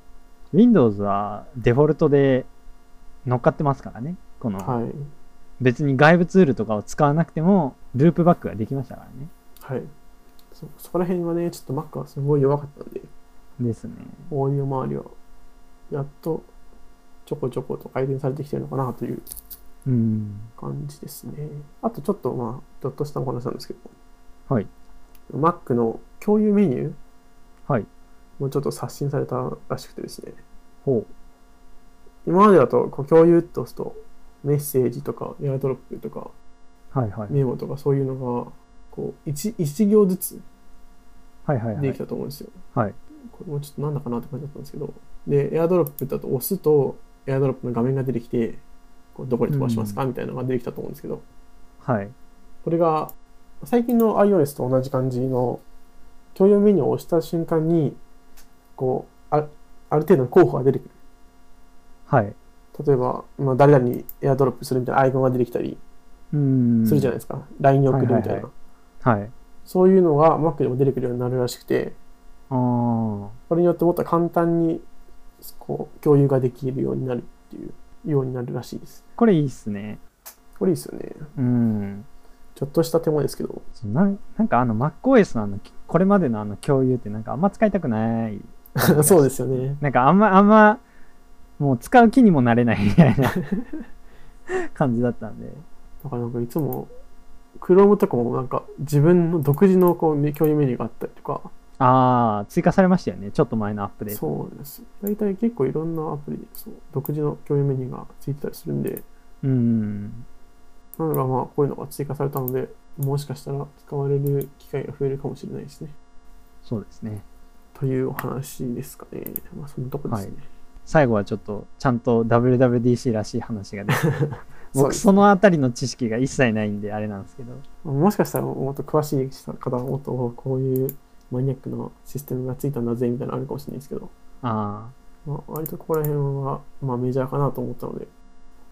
Windows はデフォルトで乗っかってますからね。この、 はい。 別に外部ツールとかを使わなくても、ループバックができましたからね。 はい。そ, そこら辺はね、ちょっと Mac はすごい弱かったので、 ですね。 オーディオ周りは、やっとちょこちょこと改善されてきてるのかなといううん。 感じですね。あとちょっと、まあ、ちょっとしたお話なんですけど、 はい。 Mac の共有メニューはい。 もちょっと刷新されたらしくてですね、 ほ今までだとこう共有って押すとメッセージとかエアドロップとかう。はいはい。 メモとかそういうのがこう 1, 1行ずつはいはいはいでき。たと思うんですよ。 はい。 これもちょっとなんだかなって感じだったんですけど、でエアドロップだと押すとエアドロップの画面が出てきて、こうどこに飛ばしますかみたいなのが出てきたと思うんですけど、 はい。 これが最近の iOS と同じ感じの共有メニューを押した瞬間にこう あ, ある程度の候補が出てくる。 はい。 例えば、まあ、誰々にエアドロップするみたいなアイコンが出てきたりうん。 するじゃないですか。ライン に送るみたいな、 はいはいはい。 そういうのが Mac でも出てくるようになるらしくて、 ああ。 これによってもっと簡単にこう共有ができるようになるっていうようになるらしいです。 これいいっすね。 これいいですよね。 うん。 ちょっとした手間ですけど。 そうなんなんかあの MacOS のあのこれまでのあの共有ってなんかあんま使いたくない。 そうですよね。 なんかあんまあんまもう使う気にもなれないみたいな感じだったんで。 だからなんかいつも Chrome とかもなんか自分の独自のこう共有メニューがあったりとか。 ああ、追加されましたよね。ちょっと前のアップデート。 そうです。大体結構いろんなアプリでそう独自の共有メニューがついてたりするんで、 うん。 なのがまあこういうのが追加されたので、もしかしたら使われる機会が増えるかもしれないですね。 そうですね。 というお話ですかね。まあそのとこですね。 はい、最後はちょっとちゃんと ダブリューダブリューディーシー らしい話が出て僕そのあたりの知識が一切ないんであれなんですけど、 もしかしたらもっと詳しい方はもっとこういうマニアックなシステムがついたんだぜみたいなのあるかもしれないですけど、 あ、 まあ、割とここら辺はまあメジャーかなと思ったので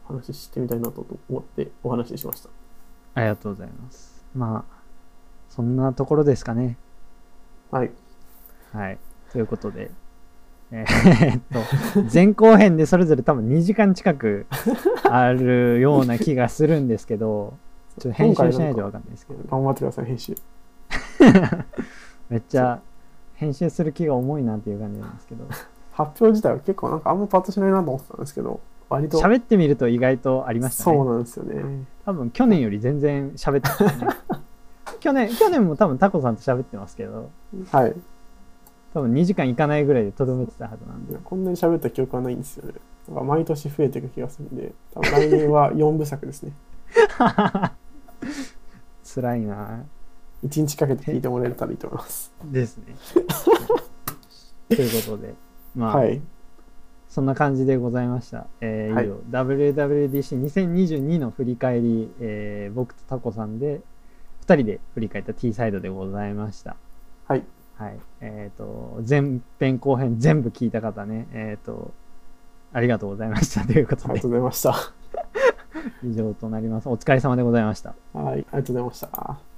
話してみたいなと思ってお話ししました。 ありがとうございます。まあそんなところですかね。 はい。 はい。ということで、えー、っと前後編でそれぞれ多分にじかん近くあるような気がするんですけど、ちょっと編集しないと分かんないですけど。 頑張ってください編集。 めっちゃ編集する気が重いなっていう感じなんですけど。 発表自体は結構なんかあんまパッとしないなと思ってたんですけど、割と喋ってみると意外とありましたね。 そうなんですよね。 多分去年より全然喋ってますね。去年去年も多分タコさんと喋ってますけど、 はい。 多分にじかんいかないぐらいでとどめてたはずなんで。 こんなに喋った記憶はないんですよね。なんか毎年増えていく気がするんで、多分来年はよんぶ作ですね。 辛いな。 いちにちかけて聞いてもらえたらいいと思います。 ですね。ということで、まあ、 はい、 そんな感じでございました。えーはい、 以上 ダブリューダブリューディーシーにせんにじゅうに の振り返り、えー僕とタコさんでふたりで振り返った T サイドでございました。 はい。 はい。えっ、ー、と、前編後編全部聞いた方ね、えっ、ー、と、ありがとうございましたということで。 ありがとうございました。 以上となります。お疲れ様でございました。 はい、ありがとうございました。